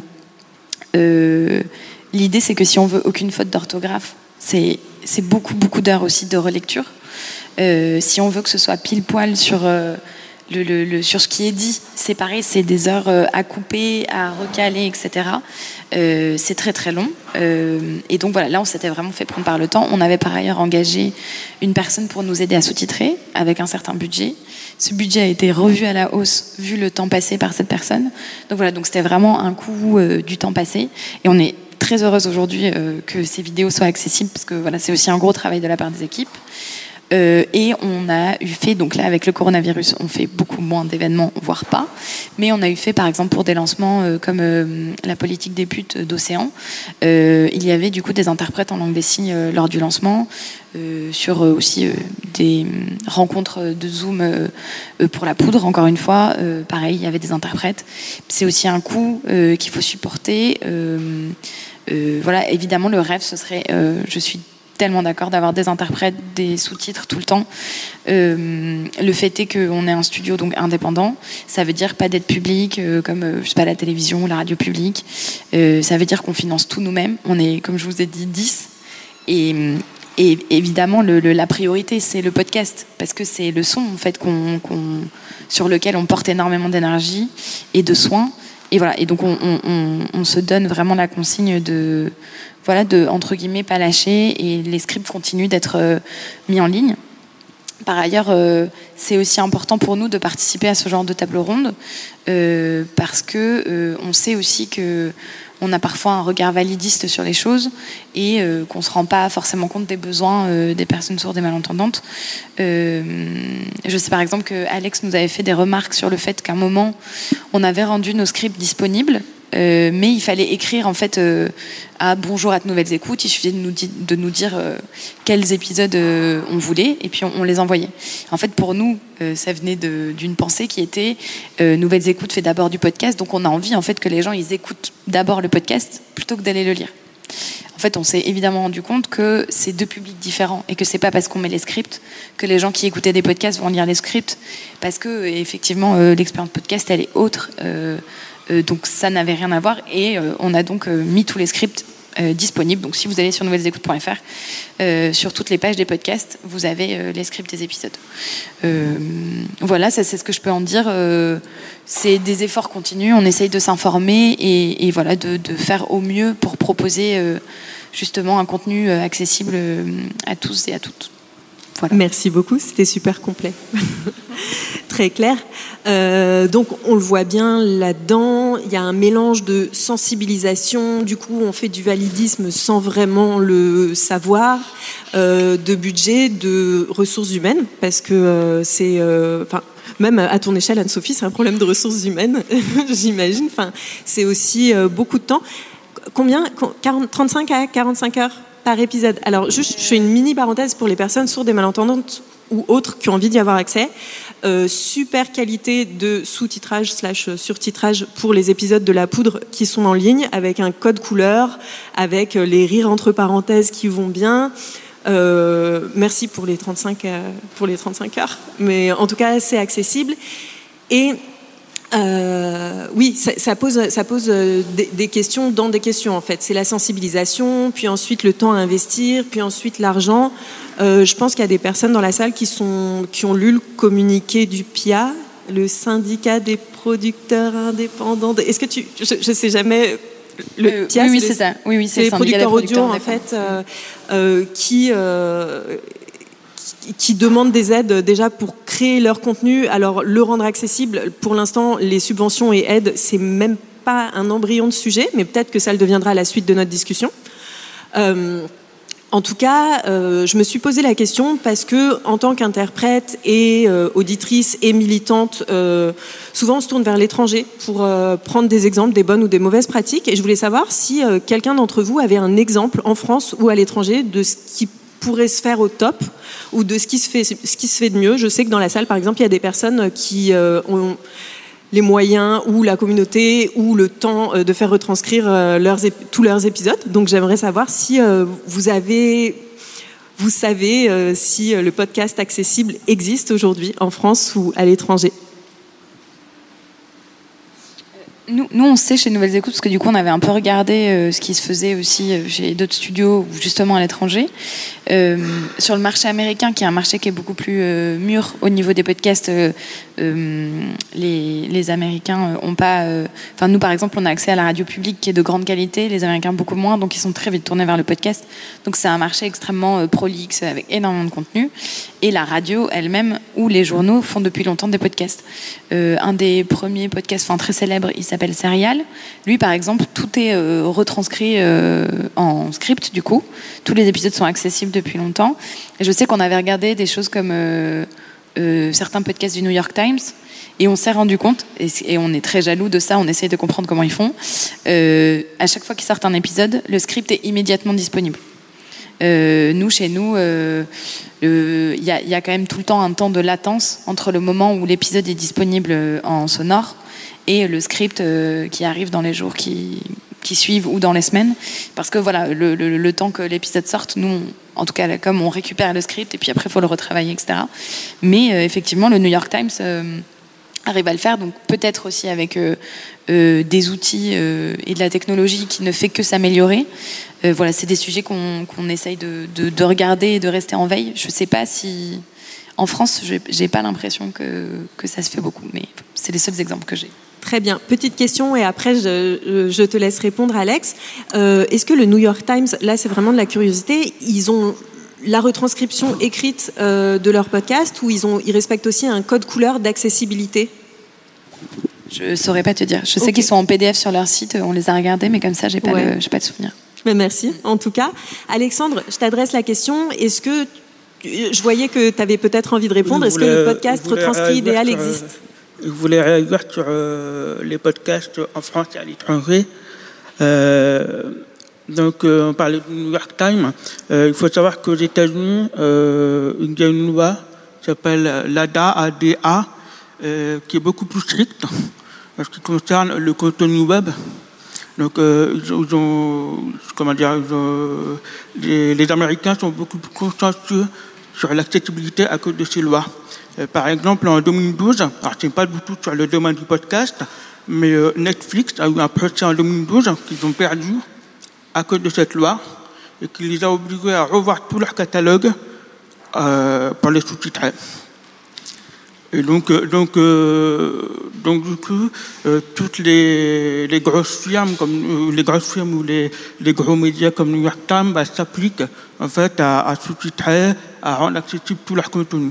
Speaker 5: euh, l'idée c'est que si on veut aucune faute d'orthographe, c'est c'est beaucoup beaucoup d'heures aussi de relecture. Euh, si on veut que ce soit pile poil sur euh, Le, le, le, sur ce qui est dit, c'est pareil, c'est des heures euh, à couper, à recaler, et cetera. Euh, c'est très très long. Euh, et donc voilà, là on s'était vraiment fait prendre par le temps. On avait par ailleurs engagé une personne pour nous aider à sous-titrer avec un certain budget. Ce budget a été revu à la hausse vu le temps passé par cette personne. Donc voilà, donc c'était vraiment un coût euh, du temps passé. Et on est très heureuse aujourd'hui euh, que ces vidéos soient accessibles, parce que voilà, c'est aussi un gros travail de la part des équipes. Euh, et on a eu fait, donc là avec le coronavirus, on fait beaucoup moins d'événements, voire pas, mais on a eu fait par exemple pour des lancements euh, comme euh, la politique des putes d'Océan, euh, il y avait du coup des interprètes en langue des signes euh, lors du lancement, euh, sur euh, aussi euh, des rencontres de Zoom euh, euh, pour La Poudre, encore une fois, euh, pareil, il y avait des interprètes. C'est aussi un coût euh, qu'il faut supporter. Euh, euh, voilà, évidemment le rêve ce serait, euh, je suis tellement d'accord d'avoir des interprètes, des sous-titres tout le temps. Euh, le fait est qu'on est un studio donc indépendant, ça veut dire pas d'être public euh, comme euh, je sais pas, la télévision ou la radio publique. Euh, ça veut dire qu'on finance tout nous-mêmes. On est, comme je vous ai dit, dix. Et, et évidemment, le, le, la priorité, c'est le podcast, parce que c'est le son en fait, qu'on, qu'on, sur lequel on porte énormément d'énergie et de soins. et voilà. Et donc on, on, on, on se donne vraiment la consigne de, voilà, de entre guillemets pas lâcher, et les scripts continuent d'être euh, mis en ligne. Par ailleurs, euh, c'est aussi important pour nous de participer à ce genre de table ronde euh, parce que euh, on sait aussi que on a parfois un regard validiste sur les choses et euh, qu'on se rend pas forcément compte des besoins euh, des personnes sourdes et malentendantes. Euh, je sais par exemple que Alex nous avait fait des remarques sur le fait qu'à un moment, on avait rendu nos scripts disponibles. Euh, mais il fallait écrire en fait euh, à Bonjour à de nouvelles écoutes. Il suffisait de nous, di- de nous dire euh, quels épisodes euh, on voulait et puis on, on les envoyait. En fait, pour nous, euh, ça venait de, d'une pensée qui était euh, Nouvelles écoutes fait d'abord du podcast, donc on a envie en fait que les gens ils écoutent d'abord le podcast plutôt que d'aller le lire. En fait, on s'est évidemment rendu compte que c'est deux publics différents et que c'est pas parce qu'on met les scripts que les gens qui écoutaient des podcasts vont lire les scripts, parce que effectivement euh, l'expérience podcast elle est autre. Euh, Euh, donc ça n'avait rien à voir, et euh, on a donc euh, mis tous les scripts euh, disponibles. Donc si vous allez sur nouvelles écoutes point f r, euh, sur toutes les pages des podcasts, vous avez euh, les scripts des épisodes. Euh, voilà, ça c'est ce que je peux en dire. Euh, c'est des efforts continus, on essaye de s'informer et, et voilà, de, de faire au mieux pour proposer euh, justement un contenu accessible à tous et à toutes. Voilà.
Speaker 2: Merci beaucoup, c'était super complet. Très clair. Euh, donc on le voit bien là-dedans, il y a un mélange de sensibilisation, du coup on fait du validisme sans vraiment le savoir, euh, de budget, de ressources humaines, parce que euh, c'est... Euh, même à ton échelle, Anne-Sophie, c'est un problème de ressources humaines, j'imagine. Enfin, c'est aussi euh, beaucoup de temps. Combien quarante, trente-cinq à quarante-cinq heures par épisode. Alors, juste, je fais une mini parenthèse pour les personnes sourdes et malentendantes ou autres qui ont envie d'y avoir accès. Euh, super qualité de sous-titrage slash surtitrage pour les épisodes de La Poudre qui sont en ligne, avec un code couleur, avec les rires entre parenthèses qui vont bien. Euh, merci pour les trente-cinq, euh, pour les trente-cinq heures. Mais en tout cas, c'est accessible. Et Euh, oui, ça, ça pose, ça pose des, des questions dans des questions en fait. C'est la sensibilisation, puis ensuite le temps à investir, puis ensuite l'argent. Euh, je pense qu'il y a des personnes dans la salle qui sont, qui ont lu le communiqué du P I A, le syndicat des producteurs indépendants. Est-ce que tu, je, je sais jamais. Le
Speaker 5: euh,
Speaker 2: P I A,
Speaker 5: oui, oui,
Speaker 2: c'est,
Speaker 5: c'est ça. Oui, oui, c'est,
Speaker 2: c'est les producteurs,
Speaker 5: producteurs
Speaker 2: audio en fait, euh, euh, qui. Euh, qui demandent des aides déjà pour créer leur contenu, alors le rendre accessible. Pour l'instant, les subventions et aides, c'est même pas un embryon de sujet, mais peut-être que ça le deviendra à la suite de notre discussion. Euh, en tout cas, euh, je me suis posé la question parce que, en tant qu'interprète et euh, auditrice et militante, euh, souvent on se tourne vers l'étranger pour euh, prendre des exemples des bonnes ou des mauvaises pratiques. Et je voulais savoir si euh, quelqu'un d'entre vous avait un exemple en France ou à l'étranger de ce qui pourrait se faire au top ou de ce qui se fait, ce qui se fait de mieux. Je sais que dans la salle, par exemple, il y a des personnes qui euh, ont les moyens ou la communauté ou le temps euh, de faire retranscrire euh, leurs ép- tous leurs épisodes. Donc j'aimerais savoir si euh, vous avez, vous savez euh, si le podcast accessible existe aujourd'hui en France ou à l'étranger.
Speaker 5: Nous, nous, on sait chez Nouvelles Écoutes, parce que du coup, on avait un peu regardé euh, ce qui se faisait aussi euh, chez d'autres studios, ou justement à l'étranger. Euh, sur le marché américain, qui est un marché qui est beaucoup plus euh, mûr au niveau des podcasts, euh, euh, les, les Américains ont pas... Enfin, euh, nous, par exemple, on a accès à la radio publique qui est de grande qualité, les Américains beaucoup moins, donc ils sont très vite tournés vers le podcast. Donc c'est un marché extrêmement euh, prolixe, avec énormément de contenu. Et la radio elle-même, ou les journaux, font depuis longtemps des podcasts. Euh, un des premiers podcasts, enfin très célèbres, il s'appelle Serial. Lui, par exemple, tout est euh, retranscrit euh, en script, du coup. Tous les épisodes sont accessibles depuis longtemps. Et je sais qu'on avait regardé des choses comme euh, euh, certains podcasts du New York Times, et on s'est rendu compte, et, et on est très jaloux de ça, on essaye de comprendre comment ils font. Euh, à chaque fois qu'ils sortent un épisode, le script est immédiatement disponible. Euh, nous, chez nous, il euh, y, y a quand même tout le temps un temps de latence entre le moment où l'épisode est disponible en sonore et le script euh, qui arrive dans les jours qui, qui suivent ou dans les semaines. Parce que voilà, le, le, le temps que l'épisode sorte, nous, en tout cas, comme on récupère le script et puis après, il faut le retravailler, et cetera. Mais euh, effectivement, le New York Times euh, arrive à le faire, donc peut-être aussi avec euh, euh, des outils euh, et de la technologie qui ne fait que s'améliorer. Euh, voilà, c'est des sujets qu'on, qu'on essaye de, de, de regarder et de rester en veille. Je ne sais pas si... En France, je n'ai pas l'impression que, que ça se fait beaucoup, mais c'est les seuls exemples que j'ai.
Speaker 2: Très bien. Petite question et après je, je te laisse répondre, Alex. Euh, est-ce que le New York Times, là c'est vraiment de la curiosité, ils ont la retranscription écrite euh, de leur podcast ou ils, ont, ils respectent aussi un code couleur d'accessibilité ?
Speaker 9: Je ne saurais pas te dire. Je sais
Speaker 2: Okay.
Speaker 9: qu'ils sont en P D F sur leur site, on les a regardés, mais comme ça, je n'ai pas,
Speaker 2: Ouais.
Speaker 9: pas de souvenir.
Speaker 2: Mais merci, en tout cas. Alexandre, je t'adresse la question. Est-ce que, je voyais que tu avais peut-être envie de répondre, est-ce que le podcast retranscrit idéal existe ?
Speaker 7: Je voulais réagir sur euh, les podcasts en France et à l'étranger. Euh, donc, euh, on parlait du New York Times. Euh, il faut savoir qu'aux États-Unis, euh, il y a une loi qui s'appelle l'A D A, A D A, euh, qui est beaucoup plus stricte en ce qui concerne le contenu web. Donc, euh, ils ont, ils ont, comment dire, ils ont, les, les Américains sont beaucoup plus consciencieux sur l'accessibilité à cause de ces lois. Euh, par exemple, en deux mille douze, alors c'est pas du tout sur le domaine du podcast, mais euh, Netflix a eu un procès en deux mille douze qu'ils ont perdu à cause de cette loi et qui les a obligés à revoir tout leur catalogue euh, pour les sous-titrer. Et donc, euh, donc, euh, donc du coup, euh, toutes les, les grosses firmes, comme euh, les grosses firmes ou les, les gros médias comme New York Times, bah, s'appliquent en fait à, à sous-titrer, à rendre accessible tout leur contenu.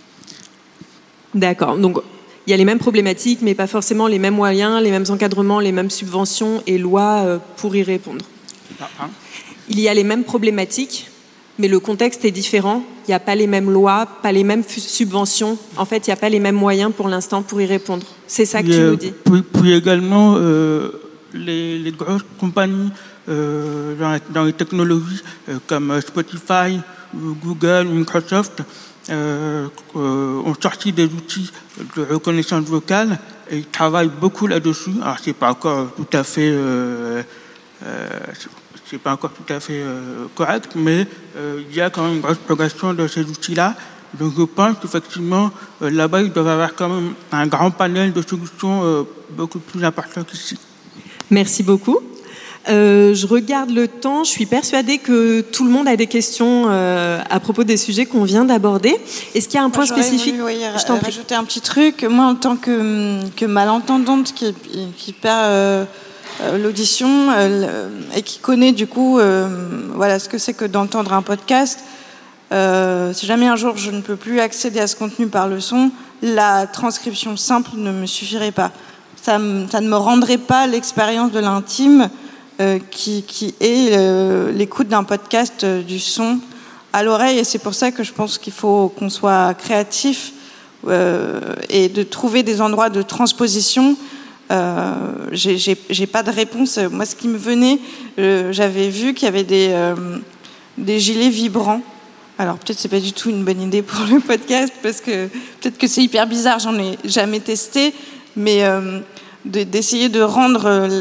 Speaker 2: D'accord. Donc, il y a les mêmes problématiques, mais pas forcément les mêmes moyens, les mêmes encadrements, les mêmes subventions et lois euh, pour y répondre.
Speaker 7: Ah, hein.
Speaker 2: Il y a les mêmes problématiques, mais le contexte est différent. Il n'y a pas les mêmes lois, pas les mêmes fu- subventions. En fait, il n'y a pas les mêmes moyens pour l'instant pour y répondre. C'est ça que
Speaker 7: Puis,
Speaker 2: tu
Speaker 7: euh,
Speaker 2: nous dis.
Speaker 7: Puis, puis également, euh, les, les grosses compagnies euh, dans, la- dans les technologies euh, comme Spotify, ou Google, Microsoft, euh, euh, ont sorti des outils de reconnaissance vocale et ils travaillent beaucoup là-dessus. Alors, c'est pas encore tout à fait... Euh, euh, c'est pas encore tout à fait euh, correct, mais euh, il y a quand même une grosse progression de ces outils-là. Donc je pense qu'effectivement, euh, là-bas, ils doivent avoir quand même un grand panel de solutions euh, beaucoup plus important qu'ici.
Speaker 2: Merci beaucoup. Euh, je regarde le temps. Je suis persuadée que tout le monde a des questions euh, à propos des sujets qu'on vient d'aborder. Est-ce qu'il y a un point
Speaker 4: Moi, j'aurais
Speaker 2: spécifique
Speaker 4: voulu, oui,
Speaker 2: Je t'en prie.
Speaker 4: rajouter un petit truc. Moi, en tant que, que malentendante qui, qui perd euh, euh, l'audition euh, et qui connaît du coup euh, voilà, ce que c'est que d'entendre un podcast, euh, si jamais un jour je ne peux plus accéder à ce contenu par le son, la transcription simple ne me suffirait pas. Ça, me, ça ne me rendrait pas l'expérience de l'intime euh, qui, qui est euh, l'écoute d'un podcast, euh, du son à l'oreille. Et c'est pour ça que je pense qu'il faut qu'on soit créatif euh, et de trouver des endroits de transposition. Euh, j'ai, j'ai, j'ai pas de réponse. Moi, ce qui me venait, euh, j'avais vu qu'il y avait des, euh, des gilets vibrants. Alors peut-être c'est pas du tout une bonne idée pour le podcast parce que peut-être que c'est hyper bizarre, j'en ai jamais testé, mais euh, de, d'essayer de rendre euh,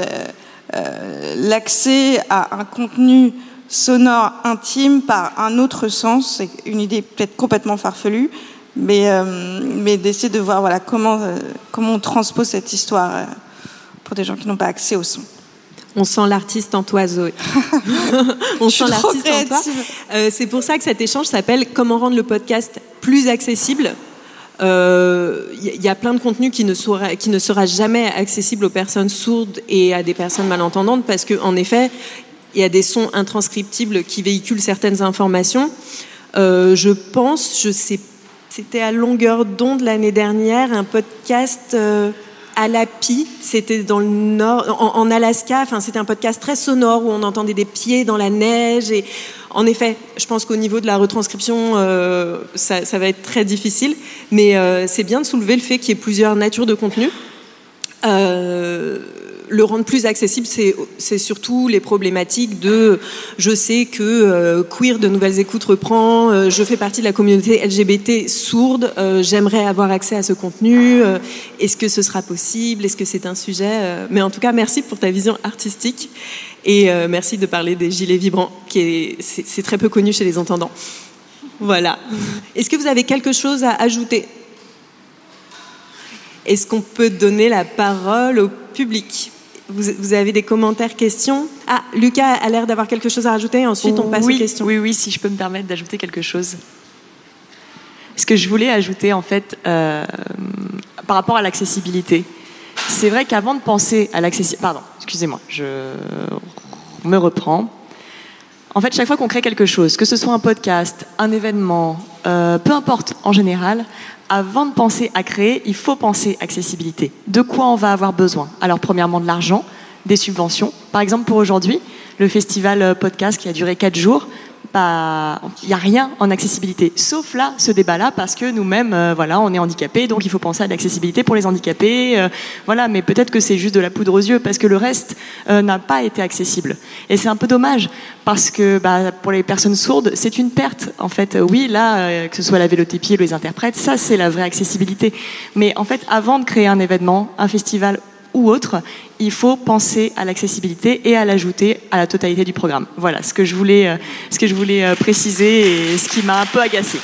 Speaker 4: l'accès à un contenu sonore intime par un autre sens, c'est une idée peut-être complètement farfelue, mais, euh, mais d'essayer de voir voilà, comment, euh, comment on transpose cette histoire euh, pour des gens qui n'ont pas accès au son.
Speaker 2: On sent l'artiste en toi, Zoé. On sent l'artiste en toi. Euh, c'est pour ça que cet échange s'appelle « Comment rendre le podcast plus accessible ?» Il euh, y, y a plein de contenus qui ne, sera, qui ne sera jamais accessible aux personnes sourdes et à des personnes malentendantes parce qu'en effet, il y a des sons intranscriptibles qui véhiculent certaines informations. Euh, je pense, je sais, c'était à longueur d'onde l'année dernière, un podcast... Euh, Alapi, c'était dans le nord, en, en Alaska. Enfin, c'était un podcast très sonore où on entendait des pieds dans la neige. Et en effet, je pense qu'au niveau de la retranscription, euh, ça, ça va être très difficile. Mais euh, c'est bien de soulever le fait qu'il y ait plusieurs natures de contenu. Euh, le rendre plus accessible, c'est, c'est surtout les problématiques de je sais que euh, Queer de Nouvelles Écoutes reprend, euh, je fais partie de la communauté L G B T sourde, euh, j'aimerais avoir accès à ce contenu, euh, est-ce que ce sera possible, est-ce que c'est un sujet euh, mais en tout cas, merci pour ta vision artistique et euh, merci de parler des gilets vibrants, qui est, c'est, c'est très peu connu chez les entendants. Voilà. Est-ce que vous avez quelque chose à ajouter ? Est-ce qu'on peut donner la parole au public ? Vous, vous avez des commentaires, questions ? Ah, Lucas a l'air d'avoir quelque chose à rajouter. Ensuite, on passe
Speaker 10: oui,
Speaker 2: aux questions.
Speaker 10: Oui, oui, si je peux me permettre d'ajouter quelque chose. Ce que je voulais ajouter, en fait, euh, par rapport à l'accessibilité, c'est vrai qu'avant de penser à l'accessibilité... Pardon, excusez-moi, je me reprends. En fait, chaque fois qu'on crée quelque chose, que ce soit un podcast, un événement, euh, peu importe en général, avant de penser à créer, il faut penser accessibilité. De quoi on va avoir besoin? Alors, premièrement, de l'argent, des subventions. Par exemple, pour aujourd'hui, le festival podcast qui a duré quatre jours, bah, il n'y a rien en accessibilité, sauf là, ce débat-là, parce que nous-mêmes, euh, voilà, on est handicapés, donc il faut penser à l'accessibilité pour les handicapés, euh, voilà, mais peut-être que c'est juste de la poudre aux yeux, parce que le reste euh, n'a pas été accessible. Et c'est un peu dommage, parce que bah, pour les personnes sourdes, c'est une perte, en fait. Oui, là, euh, que ce soit la vélotépie ou les interprètes, ça, c'est la vraie accessibilité. Mais en fait, avant de créer un événement, un festival ou autre, il faut penser à l'accessibilité et à l'ajouter à la totalité du programme. Voilà ce que je voulais, euh, ce que je voulais euh, préciser et ce qui m'a un peu agacée.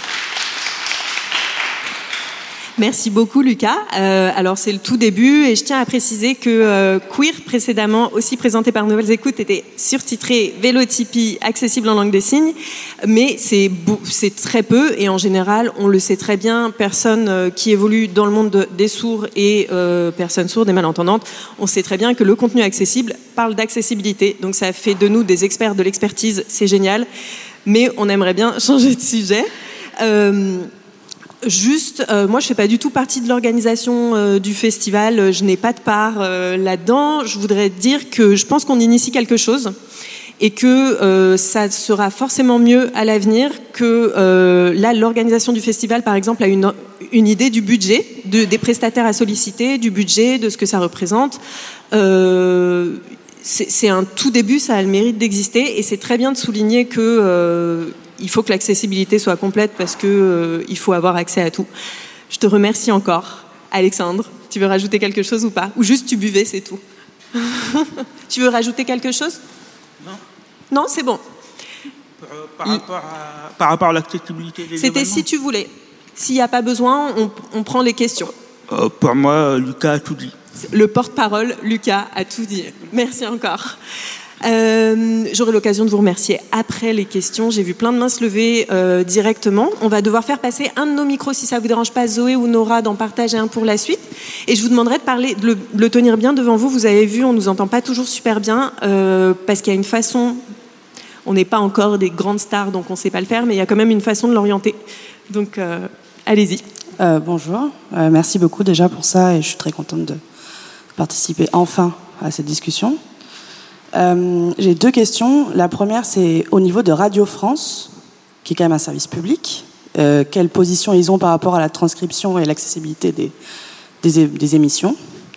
Speaker 2: Merci beaucoup Lucas. Euh, alors c'est le tout début et je tiens à préciser que euh, Queer, précédemment aussi présenté par Nouvelles Écoutes, était surtitré Vélotypie accessible en langue des signes, mais c'est, c'est très peu et en général, on le sait très bien, personnes euh, qui évoluent dans le monde de, des sourds et euh, personnes sourdes et malentendantes, on sait très bien que le contenu accessible parle d'accessibilité, donc ça fait de nous des experts de l'expertise, c'est génial, mais on aimerait bien changer de sujet. Euh, Juste, euh, moi je fais pas du tout partie de l'organisation euh, du festival, je n'ai pas de part euh, là-dedans. Je voudrais dire que je pense qu'on initie quelque chose et que euh, ça sera forcément mieux à l'avenir que euh, là l'organisation du festival par exemple a une, une idée du budget, de, des prestataires à solliciter, du budget, de ce que ça représente. Euh, c'est, c'est un tout début, ça a le mérite d'exister et c'est très bien de souligner que euh, il faut que l'accessibilité soit complète parce que euh, il faut avoir accès à tout. Je te remercie encore. Alexandre, tu veux rajouter quelque chose ou pas? Ou juste tu buvais, c'est tout. Tu veux rajouter quelque chose? Non. Non, c'est bon.
Speaker 7: Par, par, rapport, à, par rapport à l'accessibilité des
Speaker 2: C'était
Speaker 7: événements.
Speaker 2: si tu voulais. S'il n'y a pas besoin, on, on prend les questions.
Speaker 7: Euh, pour moi, Lucas a tout dit.
Speaker 2: Le porte-parole, Lucas, a tout dit. Merci encore. Euh, j'aurai l'occasion de vous remercier après les questions. J'ai vu plein de mains se lever euh, directement. On va devoir faire passer un de nos micros, si ça vous dérange pas, Zoé ou Nora, d'en partager un pour la suite. Et je vous demanderai de parler, de le, de le tenir bien devant vous. Vous avez vu, on nous entend pas toujours super bien euh, parce qu'il y a une façon. On n'est pas encore des grandes stars, donc on sait pas le faire, mais il y a quand même une façon de l'orienter. Donc, euh, allez-y.
Speaker 11: Euh, bonjour. Euh, merci beaucoup déjà pour ça, et je suis très contente de participer enfin à cette discussion. Euh, j'ai deux questions. La première, c'est au niveau de Radio France, qui est quand même un service public. Euh, quelle position ils ont par rapport à la transcription et l'accessibilité des, des, des émissions?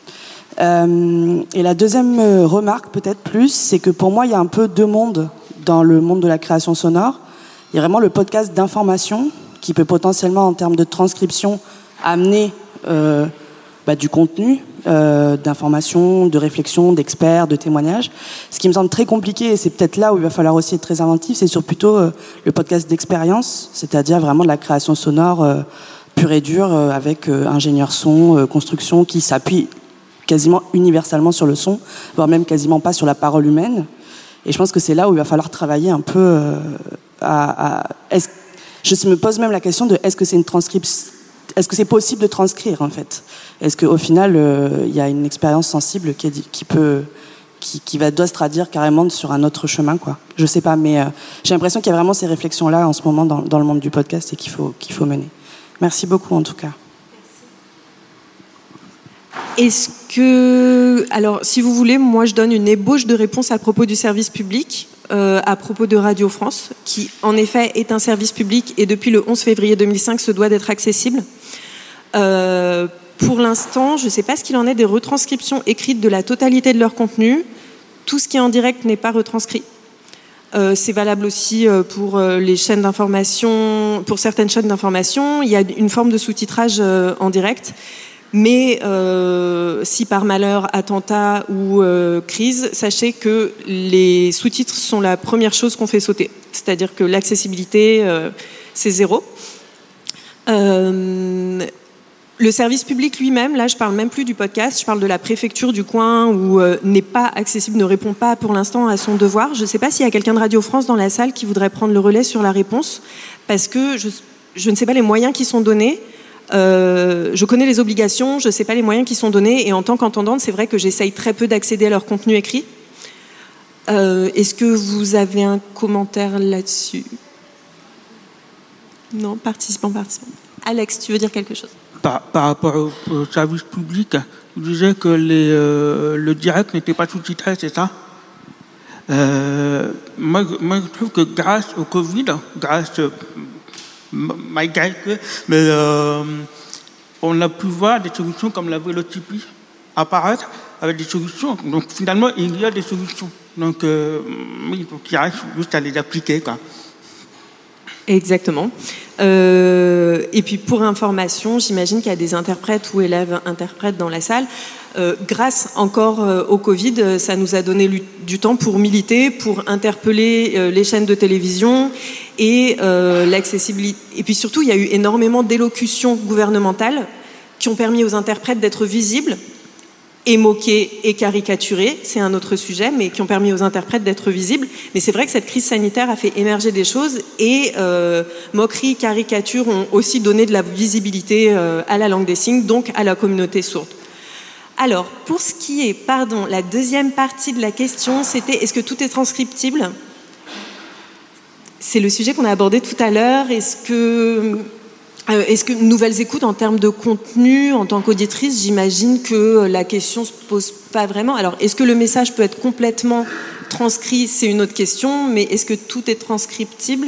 Speaker 11: euh, Et la deuxième remarque, peut-être plus, c'est que pour moi, il y a un peu deux mondes dans le monde de la création sonore. Il y a vraiment le podcast d'information, qui peut potentiellement, en termes de transcription, amener euh, bah, du contenu, Euh, d'informations, de réflexions, d'experts, de témoignages. Ce qui me semble très compliqué, et c'est peut-être là où il va falloir aussi être très inventif, c'est sur plutôt euh, le podcast d'expérience, c'est-à-dire vraiment de la création sonore euh, pure et dure, euh, avec euh, ingénieur son, euh, construction, qui s'appuie quasiment universellement sur le son, voire même quasiment pas sur la parole humaine. Et je pense que c'est là où il va falloir travailler un peu euh, à... à est-ce, je me pose même la question de est-ce que c'est une transcription, est-ce que c'est possible de transcrire, en fait? Est-ce qu'au final, il euh, y a une expérience sensible qui, est, qui, peut, qui, qui va, doit se traduire carrément sur un autre chemin, quoi? Je sais pas, mais euh, j'ai l'impression qu'il y a vraiment ces réflexions-là en ce moment dans, dans le monde du podcast et qu'il faut, qu'il faut mener. Merci beaucoup, en tout cas.
Speaker 2: Est-ce que... Alors, si vous voulez, moi, je donne une ébauche de réponse à propos du service public, euh, à propos de Radio France, qui, en effet, est un service public et depuis le onze février deux mille cinq se doit d'être accessible. Euh, pour l'instant, je ne sais pas ce qu'il en est des retranscriptions écrites de la totalité de leur contenu. Tout ce qui est en direct n'est pas retranscrit. Euh, c'est valable aussi pour les chaînes d'information, pour certaines chaînes d'information. Il y a une forme de sous-titrage euh, en direct. Mais euh, si par malheur, attentat ou euh, crise, sachez que les sous-titres sont la première chose qu'on fait sauter. C'est-à-dire que l'accessibilité, euh, c'est zéro. Euh, le service public lui-même, là je parle même plus du podcast, je parle de la préfecture du coin où euh, n'est pas accessible, ne répond pas pour l'instant à son devoir. Je ne sais pas s'il y a quelqu'un de Radio France dans la salle qui voudrait prendre le relais sur la réponse, parce que je, je ne sais pas les moyens qui sont donnés. Euh, je connais les obligations, je ne sais pas les moyens qui sont donnés, et en tant qu'entendante, c'est vrai que j'essaye très peu d'accéder à leur contenu écrit. Euh, est-ce que vous avez un commentaire là-dessus? Non, participant, participant. Alex, tu veux dire quelque chose?
Speaker 7: Par, par rapport au, au service public, vous disiez que les, euh, le direct n'était pas sous-titré, c'est ça? euh, moi, moi, je trouve que grâce au Covid, grâce, malgré que, mais euh, on a pu voir des solutions comme la vélocipie apparaître avec des solutions. Donc finalement, il y a des solutions. Donc, euh, oui, donc il reste juste à les appliquer, quoi.
Speaker 2: Exactement. Euh, et puis pour information, j'imagine qu'il y a des interprètes ou élèves interprètes dans la salle. Euh, grâce encore euh, au Covid, ça nous a donné du temps pour militer, pour interpeller euh, les chaînes de télévision et euh, l'accessibilité. Et puis surtout, il y a eu énormément d'élocutions gouvernementales qui ont permis aux interprètes d'être visibles et moqués et caricaturés, c'est un autre sujet, mais qui ont permis aux interprètes d'être visibles. Mais c'est vrai que cette crise sanitaire a fait émerger des choses et euh, moqueries, caricatures ont aussi donné de la visibilité euh, à la langue des signes, donc à la communauté sourde. Alors, pour ce qui est, pardon, la deuxième partie de la question, c'était est-ce que tout est transcriptible? C'est le sujet qu'on a abordé tout à l'heure. Est-ce que... Euh, est-ce que nouvelles écoutes en termes de contenu, en tant qu'auditrice, j'imagine que la question ne se pose pas vraiment. Alors, est-ce que le message peut être complètement transcrit? C'est une autre question, mais est-ce que tout est transcriptible?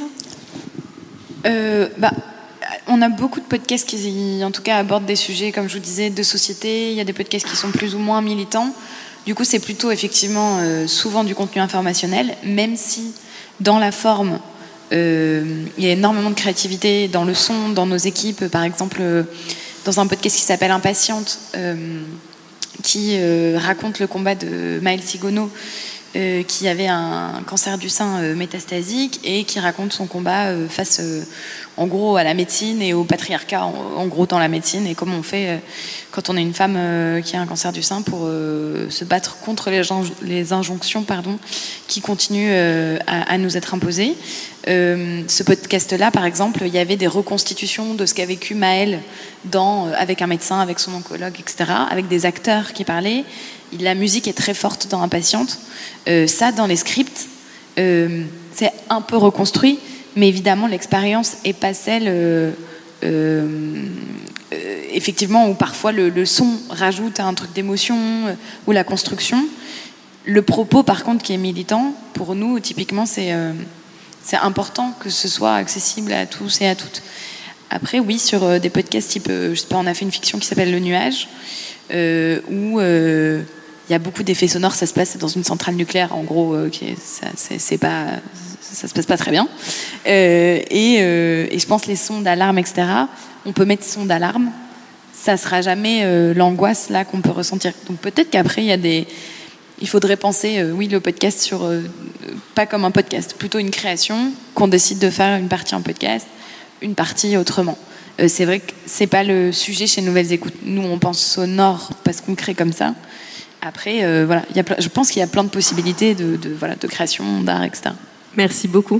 Speaker 9: euh, bah, On a beaucoup de podcasts qui, en tout cas, abordent des sujets, comme je vous disais, de société. Il y a des podcasts qui sont plus ou moins militants. Du coup, c'est plutôt, effectivement, euh, souvent du contenu informationnel, même si, dans la forme... Euh, il y a énormément de créativité dans le son, dans nos équipes. Par exemple, euh, dans un podcast qui s'appelle Impatiente, euh, qui euh, raconte le combat de Maëlle Sigono, euh, qui avait un cancer du sein euh, métastasique et qui raconte son combat euh, face, euh, en gros, à la médecine et au patriarcat, en, en gros, dans la médecine, et comment on fait euh, quand on est une femme euh, qui a un cancer du sein pour euh, se battre contre les, les injonctions pardon, qui continuent euh, à, à nous être imposées. Euh, ce podcast-là, par exemple, il y avait des reconstitutions de ce qu'a vécu Maëlle dans, euh, avec un médecin, avec son oncologue, et cetera, avec des acteurs qui parlaient. La musique est très forte dans Impatiente. Euh, ça, dans les scripts, euh, c'est un peu reconstruit, mais évidemment, l'expérience n'est pas celle, euh, euh, euh, effectivement, où parfois le, le son rajoute un truc d'émotion, euh, ou la construction. Le propos, par contre, qui est militant, pour nous, typiquement, c'est... Euh, C'est important que ce soit accessible à tous et à toutes. Après, oui, sur euh, des podcasts type, euh, je sais pas, on a fait une fiction qui s'appelle Le Nuage, euh, où il euh, y a beaucoup d'effets sonores. Ça se passe dans une centrale nucléaire, en gros, euh, qui est, ça, c'est, c'est pas, ça se passe pas très bien. Euh, et, euh, et je pense les sons d'alarme, et cetera. On peut mettre son d'alarme. Ça sera jamais euh, l'angoisse là qu'on peut ressentir. Donc peut-être qu'après il y a des Il faudrait penser, euh, oui, le podcast sur euh, pas comme un podcast, plutôt une création, qu'on décide de faire une partie en podcast, une partie autrement. Euh, c'est vrai que c'est pas le sujet chez Nouvelles Écoutes. Nous, on pense sonore parce qu'on crée comme ça. Après, euh, voilà, y a plein, je pense qu'il y a plein de possibilités de, de, voilà, de création, d'art, et cetera.
Speaker 2: Merci beaucoup.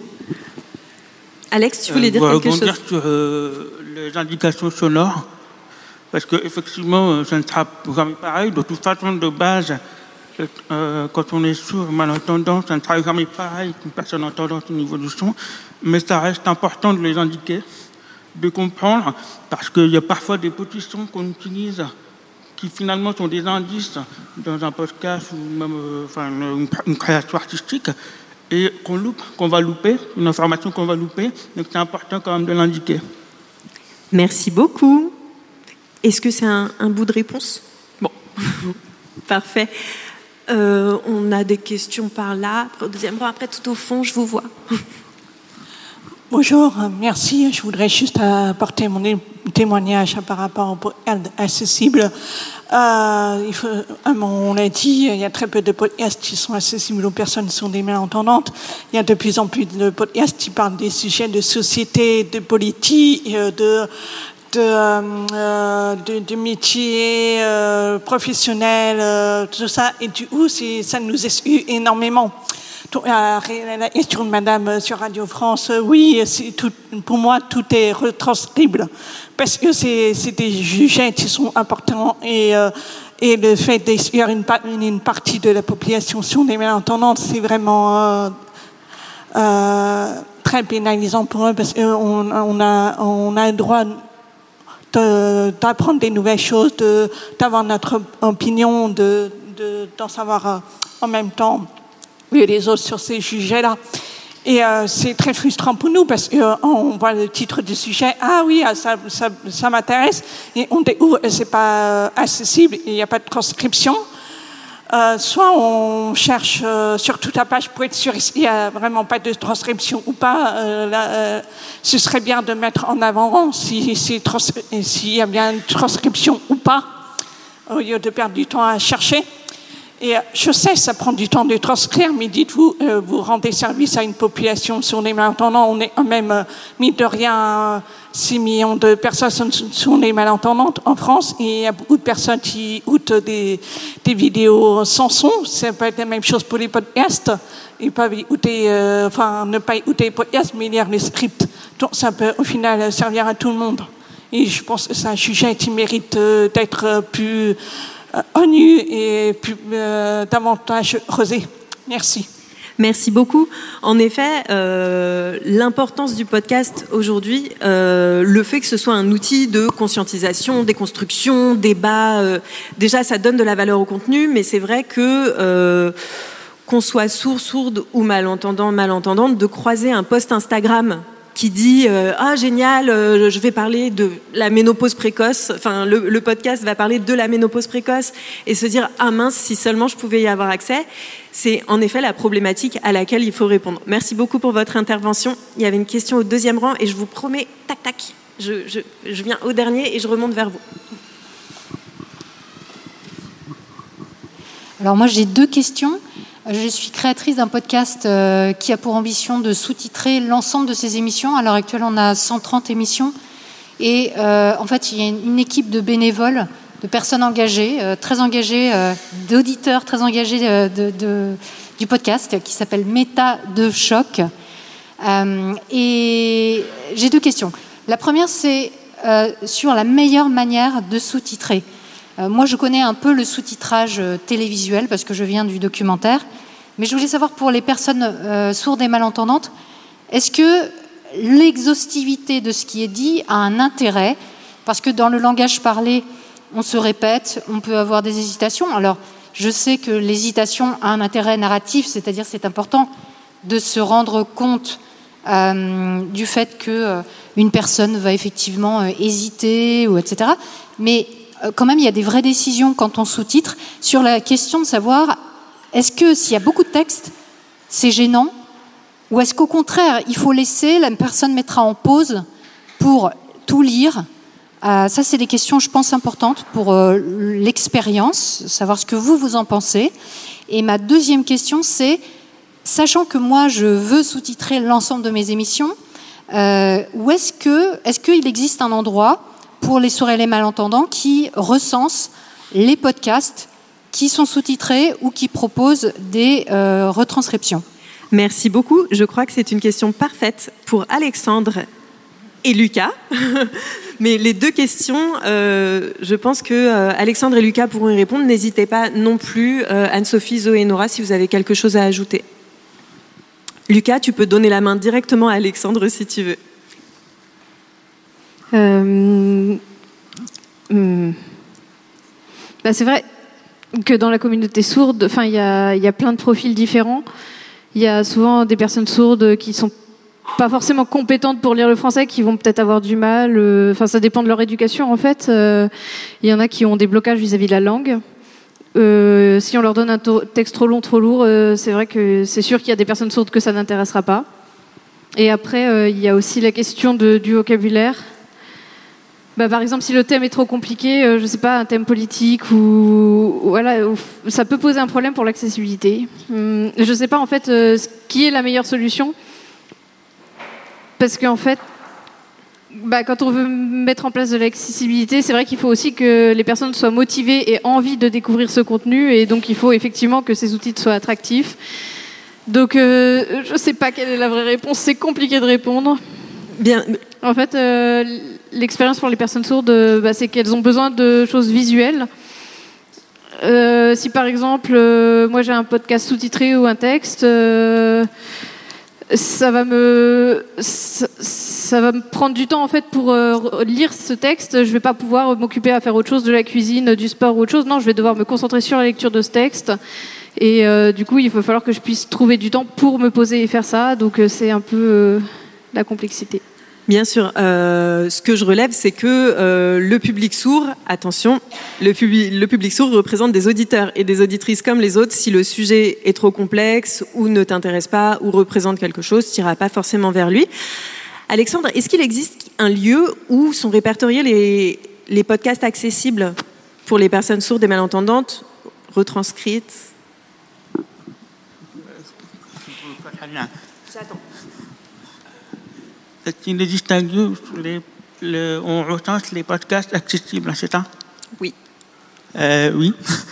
Speaker 2: Alex, tu voulais
Speaker 7: euh,
Speaker 2: dire quelque chose?
Speaker 7: Rebondir sur euh, les indications sonores, parce qu'effectivement, ça ne sera jamais pareil. De toute façon, de base, Euh, quand on est sourd, malentendant, ça ne sera jamais pareil qu'une personne entendante au niveau du son, mais ça reste important de les indiquer, de comprendre, parce qu'il y a parfois des petits sons qu'on utilise qui finalement sont des indices dans un podcast ou même euh, enfin, une, une création artistique, et qu'on loupe, qu'on va louper, une information qu'on va louper, donc c'est important quand même de l'indiquer.
Speaker 2: Merci beaucoup. Est-ce que c'est un, un bout de réponse? Bon, parfait. Euh, on a des questions par là. Au deuxième rang, après tout au fond, je vous vois.
Speaker 12: Bonjour, merci. Je voudrais juste apporter mon témoignage par rapport au podcast accessible. Euh, il faut, on a dit, il y a très peu de podcasts qui sont accessibles aux personnes qui sont des malentendantes. Il y a de plus en plus de podcasts qui parlent des sujets de société, de politique, de De, euh, de, de métiers euh, professionnels, euh, tout ça, et du coup, c'est, ça nous exclut énormément. La, la question de Madame sur Radio France, oui, c'est tout, pour moi, tout est retranscriptible parce que c'est, c'est des sujets qui sont importants et, euh, et le fait d'exclure une, une, une partie de la population sur des malentendants, c'est vraiment euh, euh, très pénalisant pour eux parce qu'on on a, on a le droit de, d'apprendre des nouvelles choses, de, d'avoir notre opinion, de, de, d'en savoir euh, en même temps et les autres sur ces sujets-là. Et euh, c'est très frustrant pour nous parce qu'on euh, voit le titre du sujet, ah oui, ça, ça, ça m'intéresse, et on découvre que c'est pas euh, accessible, il n'y a pas de transcription. Euh, soit on cherche euh, sur toute la page pour être sûr s'il n'y a vraiment pas de transcription ou pas. Euh, là, euh, ce serait bien de mettre en avant si, si trans- s'il y a bien une transcription ou pas, au lieu de perdre du temps à chercher. Et je sais, ça prend du temps de transcrire, mais dites-vous, euh, vous rendez service à une population sur les malentendants. On est quand même, euh, mine de rien, six millions de personnes sur les malentendantes en France. Et il y a beaucoup de personnes qui écoutent des, des vidéos sans son. Ça peut être la même chose pour les podcasts. Ils peuvent écouter, euh, enfin, ne pas écouter les podcasts, mais lire les scripts. Donc ça peut, au final, servir à tout le monde. Et je pense que c'est un sujet qui mérite euh, d'être euh, plus... ONU et plus, euh, davantage creusé. Merci.
Speaker 2: Merci beaucoup. En effet, euh, l'importance du podcast aujourd'hui, euh, le fait que ce soit un outil de conscientisation, déconstruction, débat, euh, déjà ça donne de la valeur au contenu, mais c'est vrai que euh, qu'on soit sourd, sourde ou malentendant, malentendante, de croiser un post Instagram qui dit euh, ah génial, euh, je vais parler de la ménopause précoce. Enfin, le, le podcast va parler de la ménopause précoce et se dire ah mince, si seulement je pouvais y avoir accès. C'est en effet la problématique à laquelle il faut répondre. Merci beaucoup pour votre intervention. Il y avait une question au deuxième rang et je vous promets, tac tac, je, je, je viens au dernier et je remonte vers vous.
Speaker 13: Alors moi j'ai deux questions. Je suis créatrice d'un podcast euh, qui a pour ambition de sous-titrer l'ensemble de ses émissions. À l'heure actuelle, on a cent trente émissions. Et euh, en fait, il y a une, une équipe de bénévoles, de personnes engagées, euh, très engagées, euh, d'auditeurs très engagés euh, de, de, du podcast, qui s'appelle Méta de Choc. Euh, et j'ai deux questions. La première, c'est euh, sur la meilleure manière de sous-titrer. Euh, moi, je connais un peu le sous-titrage euh, télévisuel parce que je viens du documentaire. Mais je voulais savoir pour les personnes euh, sourdes et malentendantes, est-ce que l'exhaustivité de ce qui est dit a un intérêt? Parce que dans le langage parlé, on se répète, on peut avoir des hésitations. Alors, je sais que l'hésitation a un intérêt narratif, c'est-à-dire c'est important de se rendre compte euh, du fait qu'une euh, personne va effectivement euh, hésiter, ou et cetera. Mais quand même, il y a des vraies décisions quand on sous-titre sur la question de savoir est-ce que s'il y a beaucoup de texte, c'est gênant ou est-ce qu'au contraire, il faut laisser, la personne mettra en pause pour tout lire. Euh, ça, c'est des questions, je pense, importantes pour euh, l'expérience, savoir ce que vous, vous en pensez. Et ma deuxième question, c'est, sachant que moi, je veux sous-titrer l'ensemble de mes émissions, euh, où est-ce que, est-ce qu'il existe un endroit pour les sourds et les malentendants qui recense les podcasts qui sont sous-titrés ou qui proposent des euh, retranscriptions?
Speaker 2: Merci beaucoup. Je crois que c'est une question parfaite pour Alexandre et Lucas. Mais les deux questions, euh, je pense que euh, Alexandre et Lucas pourront y répondre. N'hésitez pas non plus, euh, Anne-Sophie, Zoé et Nora, si vous avez quelque chose à ajouter. Lucas, tu peux donner la main directement à Alexandre si tu veux.
Speaker 6: Euh, hum, bah c'est vrai que dans la communauté sourde, enfin il y a, y a plein de profils différents. Il y a souvent des personnes sourdes qui sont pas forcément compétentes pour lire le français, qui vont peut-être avoir du mal. Enfin, euh, ça dépend de leur éducation en fait. Il euh, y en a qui ont des blocages vis-à-vis de la langue. Euh, si on leur donne un to- texte trop long, trop lourd, euh, c'est vrai que c'est sûr qu'il y a des personnes sourdes que ça n'intéressera pas. Et après, euh, il y a aussi la question de, du vocabulaire. Bah, par exemple, si le thème est trop compliqué, euh, je sais pas, un thème politique ou, ou voilà, ou, ça peut poser un problème pour l'accessibilité. Hum, je sais pas en fait euh, ce qui est la meilleure solution, parce qu'en fait, bah, quand on veut mettre en place de l'accessibilité, c'est vrai qu'il faut aussi que les personnes soient motivées et aient envie de découvrir ce contenu, et donc il faut effectivement que ces outils soient attractifs. Donc, euh, je ne sais pas quelle est la vraie réponse. C'est compliqué de répondre.
Speaker 2: Bien.
Speaker 6: En fait, euh, l'expérience pour les personnes sourdes, euh, bah, c'est qu'elles ont besoin de choses visuelles. Euh, si par exemple, euh, moi j'ai un podcast sous-titré ou un texte, euh, ça va me, ça, ça va me prendre du temps en fait pour euh, lire ce texte. Je vais pas pouvoir m'occuper à faire autre chose, de la cuisine, du sport ou autre chose. Non, je vais devoir me concentrer sur la lecture de ce texte. Et euh, du coup, il va falloir que je puisse trouver du temps pour me poser et faire ça. Donc euh, c'est un peu euh, la complexité.
Speaker 2: Bien sûr. Euh, ce que je relève, c'est que euh, le public sourd, attention, le, publi- le public sourd représente des auditeurs et des auditrices comme les autres. Si le sujet est trop complexe ou ne t'intéresse pas ou représente quelque chose, tu n'iras pas forcément vers lui. Alexandre, est-ce qu'il existe un lieu où sont répertoriés les, les podcasts accessibles pour les personnes sourdes et malentendantes, retranscrites ?
Speaker 7: J'attends. Est-ce qu'il existe un lieu où les, le, on recense les podcasts accessibles, c'est ça?
Speaker 2: Oui.
Speaker 7: Euh, oui.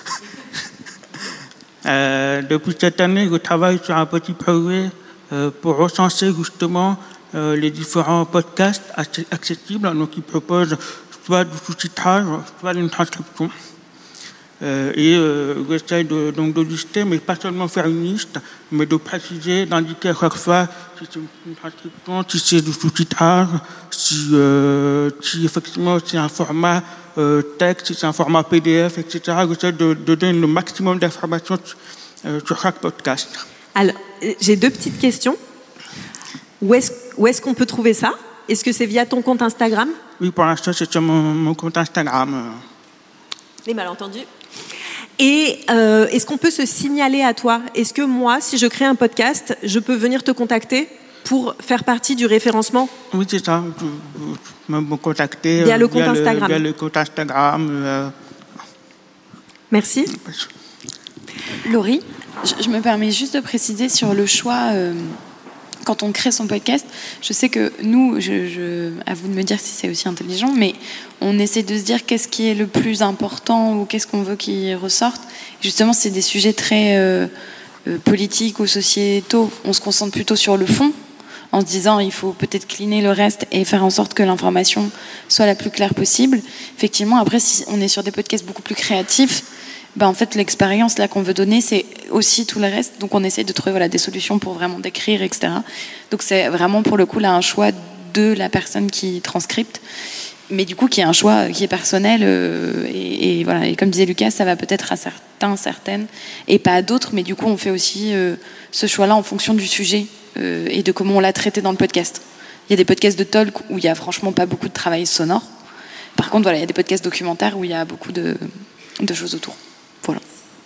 Speaker 7: euh, depuis cette année, je travaille sur un petit projet euh, pour recenser justement euh, les différents podcasts accessibles, donc qui proposent soit du sous-titrage, soit une transcription. Euh, et euh, j'essaie de, donc de lister, mais pas seulement faire une liste, mais de préciser, d'indiquer à chaque fois si c'est une transcription, si c'est du sous-titrage, si, euh, si effectivement c'est un format euh, texte, si c'est un format P D F, et cetera. J'essaie de, de donner le maximum d'informations euh, sur chaque podcast.
Speaker 2: Alors, j'ai deux petites questions. Où est-ce, où est-ce qu'on peut trouver ça? Est-ce que c'est via ton compte Instagram?
Speaker 7: Oui, pour l'instant, c'est sur mon, mon compte Instagram.
Speaker 2: Les malentendus. Et euh, est-ce qu'on peut se signaler à toi? Est-ce que moi, si je crée un podcast, je peux venir te contacter pour faire partie du référencement?
Speaker 7: Oui, c'est ça. Tu peux me contacter
Speaker 2: via le compte
Speaker 7: via
Speaker 2: Instagram.
Speaker 7: Le, via le compte Instagram. Euh...
Speaker 2: Merci.
Speaker 9: Laurie, je, je me permets juste de préciser sur le choix... Euh... Quand on crée son podcast, je sais que nous, je, je, à vous de me dire si c'est aussi intelligent, mais on essaie de se dire qu'est-ce qui est le plus important ou qu'est-ce qu'on veut qu'il ressorte. Justement, c'est des sujets très euh, euh, politiques ou sociétaux. On se concentre plutôt sur le fond, en se disant il faut peut-être cleaner le reste et faire en sorte que l'information soit la plus claire possible. Effectivement, après, si on est sur des podcasts beaucoup plus créatifs, ben, en fait, l'expérience là qu'on veut donner, c'est aussi tout le reste. Donc, on essaie de trouver voilà, des solutions pour vraiment décrire, et cetera. Donc, c'est vraiment pour le coup là un choix de la personne qui transcripte, mais du coup qui est un choix qui est personnel. Euh, et, et voilà. Et comme disait Lucas, ça va peut-être à certains, certaines, et pas à d'autres. Mais du coup, on fait aussi euh, ce choix-là en fonction du sujet euh, et de comment on l'a traité dans le podcast. Il y a des podcasts de talk où il y a franchement pas beaucoup de travail sonore. Par contre, voilà, il y a des podcasts documentaires où il y a beaucoup de, de choses autour. Voilà.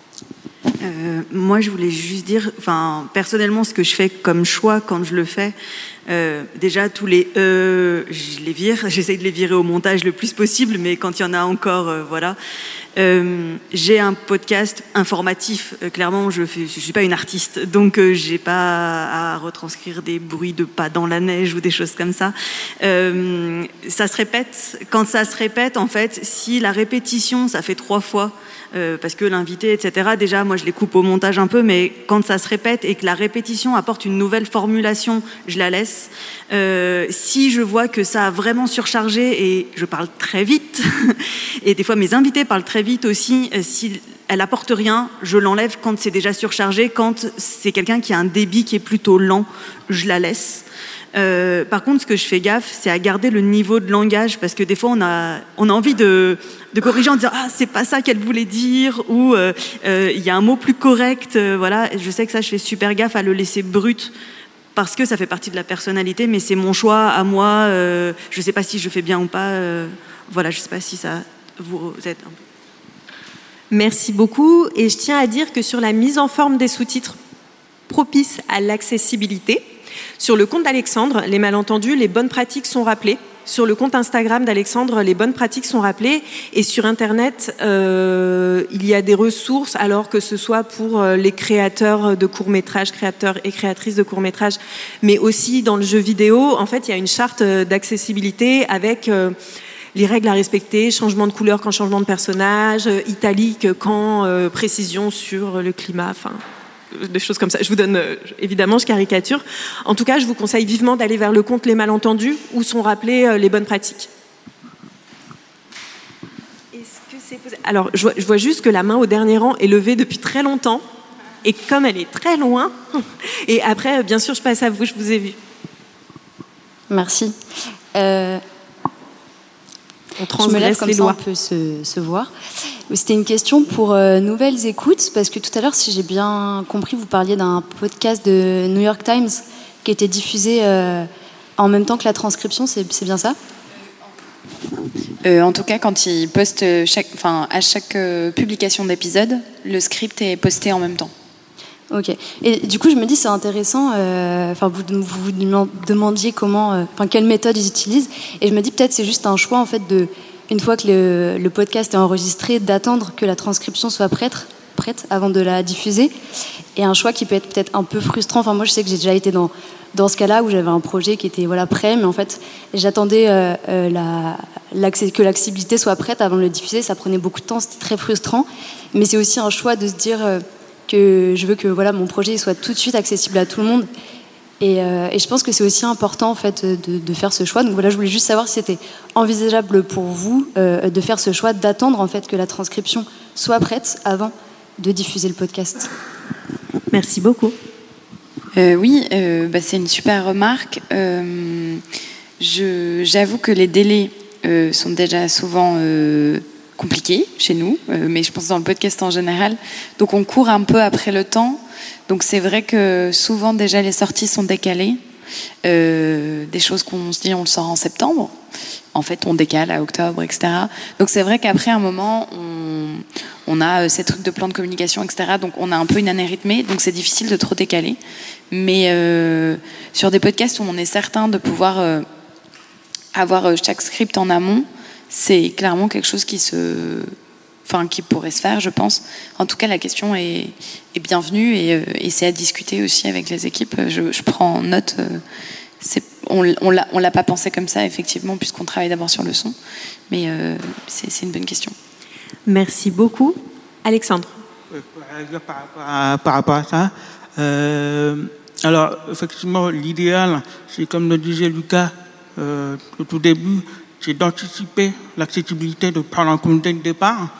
Speaker 3: Euh, moi, je voulais juste dire, enfin, personnellement, ce que je fais comme choix quand je le fais, euh, déjà tous les euh, je les vire, j'essaie de les virer au montage le plus possible, mais quand il y en a encore, euh, voilà. Euh, j'ai un podcast informatif. Euh, clairement, je fais, je suis pas une artiste, donc euh, j'ai pas à retranscrire des bruits de pas dans la neige ou des choses comme ça. Euh, ça se répète. Quand ça se répète, en fait, si la répétition, ça fait trois fois. Euh, parce que l'invité, et cetera, déjà, moi, je les coupe au montage un peu, mais quand ça se répète et que la répétition apporte une nouvelle formulation, je la laisse. Euh, si je vois que ça a vraiment surchargé, et je parle très vite, et des fois, mes invités parlent très vite aussi, euh, si elle apporte rien, je l'enlève quand c'est déjà surchargé. Quand c'est quelqu'un qui a un débit qui est plutôt lent, je la laisse. Euh, par contre, ce que je fais gaffe, c'est à garder le niveau de langage, parce que des fois, on a, on a envie de, de corriger en disant ah c'est pas ça qu'elle voulait dire, ou il euh, euh, y a un mot plus correct. Euh, voilà, je sais que ça, je fais super gaffe à le laisser brut, parce que ça fait partie de la personnalité, mais c'est mon choix à moi. Euh, je sais pas si je fais bien ou pas. Euh, voilà, je sais pas si ça vous aide un peu.
Speaker 2: Merci beaucoup. Et je tiens à dire que sur la mise en forme des sous-titres propices à l'accessibilité, sur le compte d'Alexandre, les malentendus, les bonnes pratiques sont rappelées. Sur le compte Instagram d'Alexandre, les bonnes pratiques sont rappelées. Et sur Internet, euh, il y a des ressources, alors que ce soit pour les créateurs de courts-métrages, créateurs et créatrices de courts-métrages, mais aussi dans le jeu vidéo. En fait, il y a une charte d'accessibilité avec euh, les règles à respecter, changement de couleur quand changement de personnage, italique quand euh, précision sur le climat. Enfin,
Speaker 14: des choses comme ça. Je vous donne, euh, évidemment, je caricature. En tout cas, je vous conseille vivement d'aller vers le compte Les Malentendus, où sont rappelées euh, les bonnes pratiques. Est-ce que c'est possible ? Alors, je vois, je vois juste que la main au dernier rang est levée depuis très longtemps, et comme elle est très loin, et après, bien sûr, je passe à vous, je vous ai vu.
Speaker 15: Merci. Euh... Je me lève comme ça, on peut se, se voir. C'était une question pour euh, Nouvelles Écoutes, parce que tout à l'heure, si j'ai bien compris, vous parliez d'un podcast de New York Times qui était diffusé euh, en même temps que la transcription, c'est, c'est bien ça ?
Speaker 9: euh, En tout cas, quand ils postent chaque, enfin, à chaque euh, publication d'épisode, le script est posté en même temps.
Speaker 15: Ok. Et du coup, je me dis, c'est intéressant. Euh, enfin, vous, vous vous demandiez comment, euh, enfin, quelle méthode ils utilisent, et je me dis peut-être c'est juste un choix en fait de, une fois que le, le podcast est enregistré, d'attendre que la transcription soit prête, prête avant de la diffuser. Et un choix qui peut être peut-être un peu frustrant. Enfin, moi, je sais que j'ai déjà été dans dans ce cas-là où j'avais un projet qui était voilà prêt, mais en fait, j'attendais euh, euh, la, l'accès, que l'accessibilité soit prête avant de le diffuser. Ça prenait beaucoup de temps, c'était très frustrant. Mais c'est aussi un choix de se dire euh, que je veux que voilà mon projet soit tout de suite accessible à tout le monde, et, euh, et je pense que c'est aussi important en fait de, de faire ce choix. Donc voilà, je voulais juste savoir si c'était envisageable pour vous euh, de faire ce choix, d'attendre en fait que la transcription soit prête avant de diffuser le podcast.
Speaker 14: Merci beaucoup.
Speaker 9: Euh, oui, euh, bah, c'est une super remarque. Euh, je, j'avoue que les délais euh, sont déjà souvent euh, compliqué chez nous, euh, mais je pense dans le podcast en général. Donc on court un peu après le temps. Donc c'est vrai que souvent déjà les sorties sont décalées. Euh, des choses qu'on se dit on le sort en septembre. En fait on décale à octobre, et cetera. Donc c'est vrai qu'après un moment on, on a ces trucs de plan de communication, et cetera. Donc on a un peu une année rythmée. Donc c'est difficile de trop décaler. Mais euh, sur des podcasts où on est certain de pouvoir euh, avoir chaque script en amont, c'est clairement quelque chose qui se, enfin, qui pourrait se faire, je pense. En tout cas, la question est, est bienvenue et, euh, et c'est à discuter aussi avec les équipes. Je, je prends note. Euh, c'est, on, on l'a, on l'a pas pensé comme ça, effectivement, puisqu'on travaille d'abord sur le son. Mais euh, c'est, c'est une bonne question.
Speaker 14: Merci beaucoup. Alexandre.
Speaker 7: Oui, par, rapport à, par rapport à ça, euh, alors, effectivement, l'idéal, c'est comme le disait Lucas euh, au tout début, c'est d'anticiper l'accessibilité, de prendre en compte dès le départ.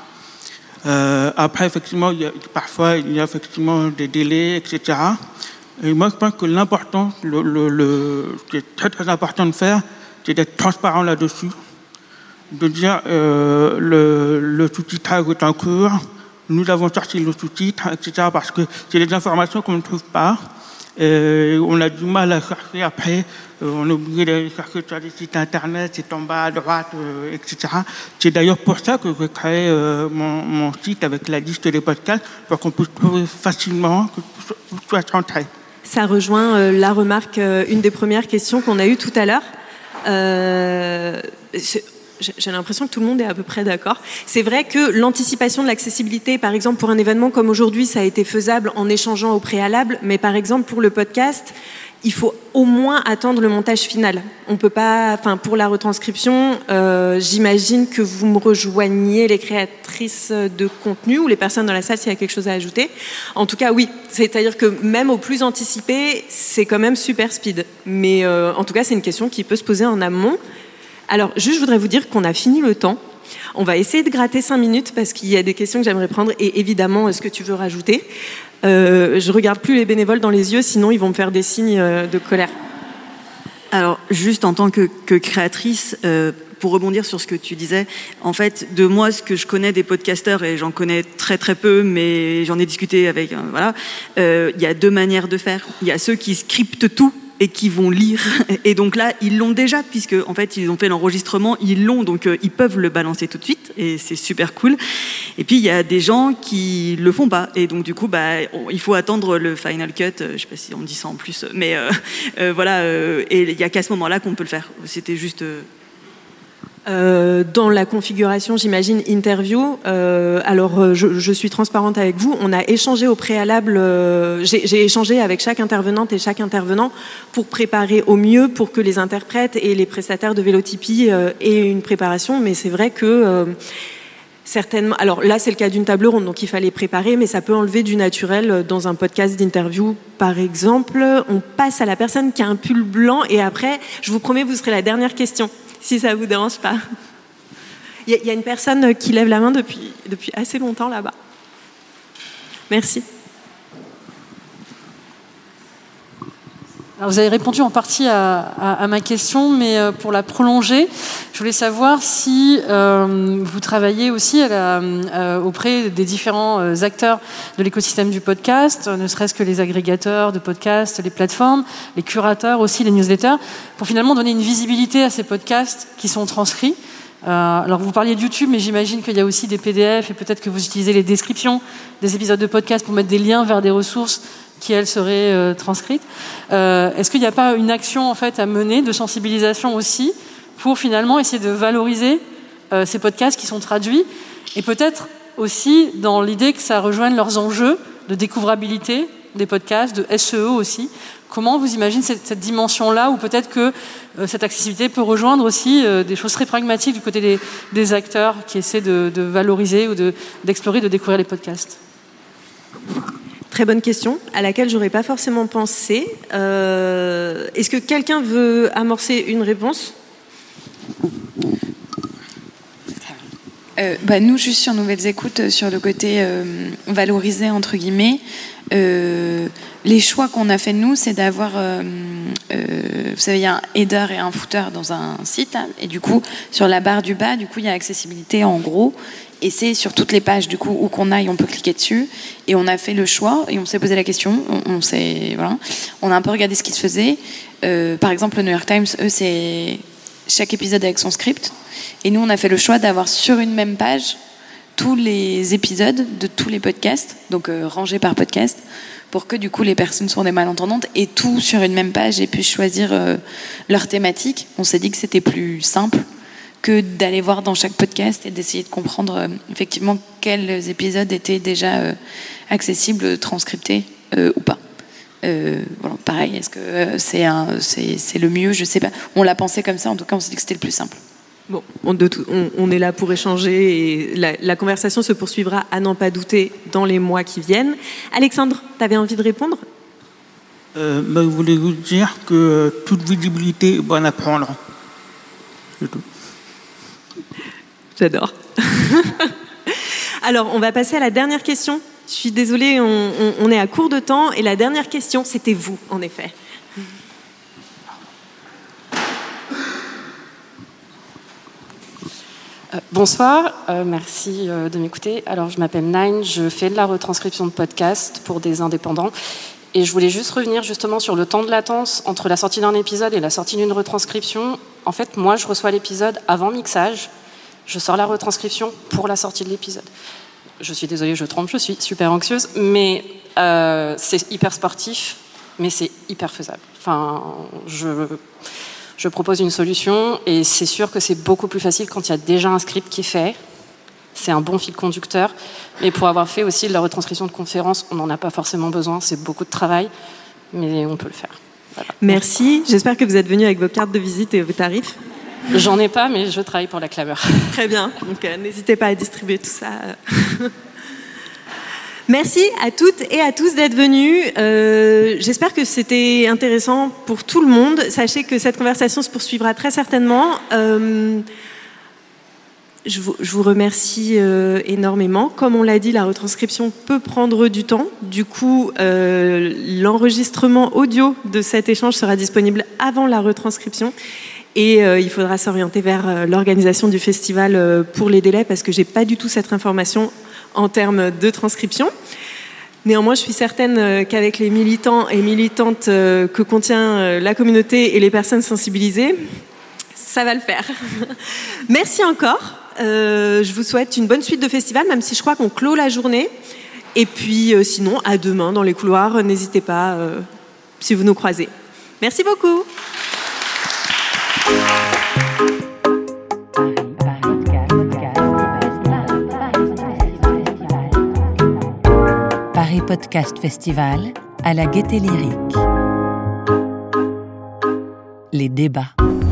Speaker 7: Euh, après, effectivement, il y a, parfois, il y a effectivement des délais, et cetera. Et moi, je pense que l'important, le, le, le, ce qui est très, très important de faire, c'est d'être transparent là-dessus. De dire, euh, le, le sous-titrage est en cours, nous avons sorti le sous-titre, et cetera. Parce que c'est des informations qu'on ne trouve pas. Et on a du mal à chercher après. On est obligé d'aller chercher sur des sites internet, c'est en bas à droite, euh, et cetera. C'est d'ailleurs pour ça que j'ai créé euh, mon, mon site avec la liste des podcasts, pour qu'on puisse trouver facilement, que tout soit centré.
Speaker 14: Ça rejoint euh, la remarque, euh, une des premières questions qu'on a eues tout à l'heure. Euh, j'ai l'impression que tout le monde est à peu près d'accord. C'est vrai que l'anticipation de l'accessibilité, par exemple pour un événement comme aujourd'hui, ça a été faisable en échangeant au préalable, mais par exemple pour le podcast, il faut au moins attendre le montage final. On peut pas, enfin pour la retranscription, euh, j'imagine que vous me rejoigniez les créatrices de contenu ou les personnes dans la salle s'il y a quelque chose à ajouter. En tout cas, oui, c'est-à-dire que même au plus anticipé, c'est quand même super speed. Mais euh, en tout cas, c'est une question qui peut se poser en amont. Alors, juste, je voudrais vous dire qu'on a fini le temps. On va essayer de gratter cinq minutes parce qu'il y a des questions que j'aimerais prendre et évidemment, ce que tu veux rajouter. Euh, je regarde plus les bénévoles dans les yeux, sinon ils vont me faire des signes de colère.
Speaker 16: Alors, juste en tant que, que créatrice, euh, pour rebondir sur ce que tu disais, en fait, de moi, ce que je connais des podcasteurs, et j'en connais très très peu, mais j'en ai discuté avec, euh, voilà, euh, il y a deux manières de faire. Il y a ceux qui scriptent tout et qui vont lire. Et donc là, ils l'ont déjà, puisque en fait, ils ont fait l'enregistrement, ils l'ont, donc euh, ils peuvent le balancer tout de suite, et c'est super cool. Et puis, il y a des gens qui le font pas, et donc du coup, bah, on, il faut attendre le final cut, euh, je sais pas si on dit ça en plus, mais euh, euh, voilà, euh, et il y a qu'à ce moment-là qu'on peut le faire. C'était juste... Euh,
Speaker 14: Euh, dans la configuration, j'imagine, interview, euh, alors je, je suis transparente avec vous, on a échangé au préalable, euh, j'ai, j'ai échangé avec chaque intervenante et chaque intervenant pour préparer au mieux, pour que les interprètes et les prestataires de Vélotipie euh, aient une préparation, mais c'est vrai que... Euh, certainement. Alors là, c'est le cas d'une table ronde, donc il fallait préparer, mais ça peut enlever du naturel dans un podcast d'interview, par exemple. On passe à la personne qui a un pull blanc et après, je vous promets, vous serez la dernière question, si ça vous dérange pas. Il y, y a une personne qui lève la main depuis, depuis assez longtemps là-bas. Merci.
Speaker 17: Alors vous avez répondu en partie à, à, à ma question, mais pour la prolonger, je voulais savoir si euh, vous travaillez aussi à la, euh, auprès des différents acteurs de l'écosystème du podcast, ne serait-ce que les agrégateurs de podcasts, les plateformes, les curateurs aussi, les newsletters, pour finalement donner une visibilité à ces podcasts qui sont transcrits. Euh, alors vous parliez de YouTube, mais j'imagine qu'il y a aussi des P D F et peut-être que vous utilisez les descriptions des épisodes de podcast pour mettre des liens vers des ressources qui, elles, seraient euh, transcrites. Euh, est-ce qu'il n'y a pas une action en fait, à mener de sensibilisation aussi pour finalement essayer de valoriser euh, ces podcasts qui sont traduits et peut-être aussi dans l'idée que ça rejoigne leurs enjeux de découvrabilité des podcasts, de S E O aussi. Comment vous imaginez cette, cette dimension-là, ou peut-être que euh, cette accessibilité peut rejoindre aussi euh, des choses très pragmatiques du côté des, des acteurs qui essaient de, de valoriser ou de, d'explorer, de découvrir les podcasts?
Speaker 14: Très bonne question, à laquelle j'aurais pas forcément pensé. Euh, est-ce que quelqu'un veut amorcer une réponse?
Speaker 9: Euh, bah, nous, juste sur Nouvelles Écoutes, sur le côté euh, valorisé, entre guillemets, euh, les choix qu'on a fait, nous, c'est d'avoir... Euh, euh, vous savez, il y a un header et un footer dans un site, hein, et du coup, sur la barre du bas, du coup, il y a accessibilité en gros, et c'est sur toutes les pages, du coup, où qu'on aille, on peut cliquer dessus, et on a fait le choix, et on s'est posé la question, on, on s'est... Voilà, on a un peu regardé ce qui se faisait. Euh, par exemple, le New York Times, eux, c'est... chaque épisode avec son script. Et nous, on a fait le choix d'avoir sur une même page tous les épisodes de tous les podcasts, donc euh, rangés par podcast, pour que du coup les personnes soient des malentendantes et tout sur une même page et puissent choisir euh, leur thématique. On s'est dit que c'était plus simple que d'aller voir dans chaque podcast et d'essayer de comprendre euh, effectivement quels épisodes étaient déjà euh, accessibles, transcriptés euh, ou pas. Euh, voilà, pareil, est-ce que euh, c'est, un, c'est, c'est le mieux? Je sais pas. On l'a pensé comme ça, en tout cas, on s'est dit que c'était le plus simple.
Speaker 14: Bon, on, de tout, on, on est là pour échanger et la, la conversation se poursuivra, à n'en pas douter, dans les mois qui viennent. Alexandre, tu avais envie de répondre?
Speaker 7: euh, bah, Je voulais vous dire que euh, toute visibilité est bonne à prendre. C'est tout.
Speaker 14: J'adore. Alors, on va passer à la dernière question. Je suis désolée, on, on, on est à court de temps. Et la dernière question, c'était vous, en effet.
Speaker 18: Euh, bonsoir, euh, merci euh, de m'écouter. Alors, je m'appelle Nine, je fais de la retranscription de podcasts pour des indépendants. Et je voulais juste revenir justement sur le temps de latence entre la sortie d'un épisode et la sortie d'une retranscription. En fait, moi, je reçois l'épisode avant mixage. Je sors la retranscription pour la sortie de l'épisode. Je suis désolée, je tremble, je suis super anxieuse, mais euh, c'est hyper sportif, mais c'est hyper faisable. Enfin, je, je propose une solution et c'est sûr que c'est beaucoup plus facile quand il y a déjà un script qui est fait. C'est un bon fil conducteur, mais pour avoir fait aussi de la retranscription de conférence, on n'en a pas forcément besoin, c'est beaucoup de travail, mais on peut le faire. Voilà.
Speaker 14: Merci, j'espère que vous êtes venus avec vos cartes de visite et vos tarifs.
Speaker 18: J'en ai pas, mais je travaille pour la clameur.
Speaker 14: Très bien, donc euh, n'hésitez pas à distribuer tout ça. Merci à toutes et à tous d'être venus. Euh, j'espère que c'était intéressant pour tout le monde. Sachez que cette conversation se poursuivra très certainement. Euh, je, vous, je vous remercie euh, énormément. Comme on l'a dit, la retranscription peut prendre du temps. Du coup, euh, l'enregistrement audio de cet échange sera disponible avant la retranscription. Et euh, il faudra s'orienter vers euh, l'organisation du festival euh, pour les délais, parce que j'ai pas du tout cette information en termes de transcription. Néanmoins, je suis certaine euh, qu'avec les militants et militantes euh, que contient euh, la communauté et les personnes sensibilisées, ça va le faire. Merci encore. Euh, je vous souhaite une bonne suite de festival, même si je crois qu'on clôt la journée. Et puis, euh, sinon, à demain dans les couloirs. N'hésitez pas euh, si vous nous croisez. Merci beaucoup.
Speaker 1: Paris Podcast Festival à la Gaîté Lyrique. Les débats.